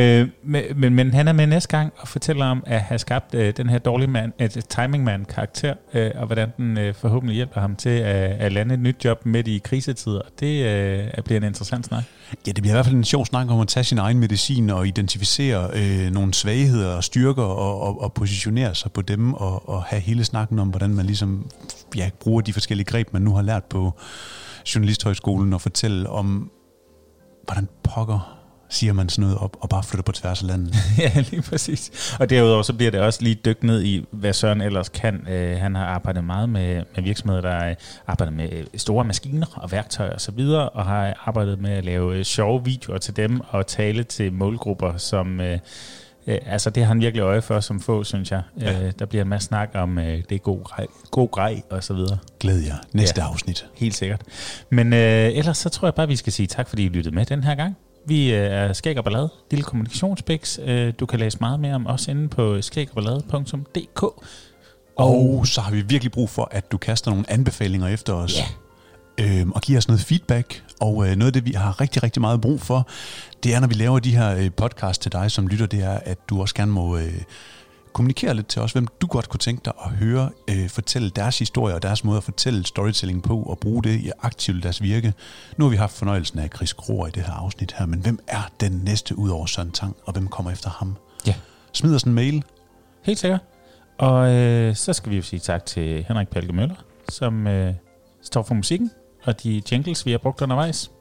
Men han er med næste gang og fortæller om at have skabt den her dårlige timingmand-karakter, og hvordan den forhåbentlig hjælper ham til at lande et nyt job midt i krisetider. Det bliver en interessant snak. Ja, det bliver i hvert fald en sjov snak om at tage sin egen medicin og identificere nogle svagheder og styrker og positionere sig på dem og have hele snakken om, hvordan man ligesom bruger de forskellige greb, man nu har lært på Journalisthøjskolen, og fortælle om, hvordan pokker siger man sådan noget op og bare flytter på tværs af landet. Ja, lige præcis. Og derudover så bliver det også lige dykt ned i, hvad Søren ellers kan. Han har arbejdet meget med virksomheder, der arbejder med store maskiner og værktøjer og så videre, og har arbejdet med at lave sjove videoer til dem og tale til målgrupper, som altså det har han virkelig øje for som få, synes jeg. Ja. Der bliver en masse snak om det er god grej og så videre. Glæder jer. Næste afsnit. Helt sikkert. Men ellers så tror jeg bare, vi skal sige tak, fordi I lyttede med den her gang. Vi er Skæg og Ballade, lille kommunikationspiks. Du kan læse meget mere om os inde på skægogballade.dk. Og så har vi virkelig brug for, at du kaster nogle anbefalinger efter os. Og giver os noget feedback. Og noget af det, vi har rigtig, rigtig meget brug for, det er, når vi laver de her podcast til dig, som lytter, det er, at du også gerne må kommunikere lidt til os, hvem du godt kunne tænke dig at høre fortælle deres historie og deres måde at fortælle storytelling på og bruge det i aktivt deres virke. Nu har vi haft fornøjelsen af Chris Kroer i det her afsnit her, men hvem er den næste ud over Søren Tang, og hvem kommer efter ham? Ja. Smid os en mail. Helt sikkert. Og så skal vi jo sige tak til Henrik Palke Møller, som står for musikken og de jingles, vi har brugt undervejs.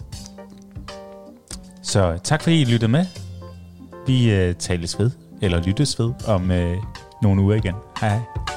Så tak fordi I lyttede med. Vi tales ved, eller lyttes ved om nogle uger igen. Hej hej.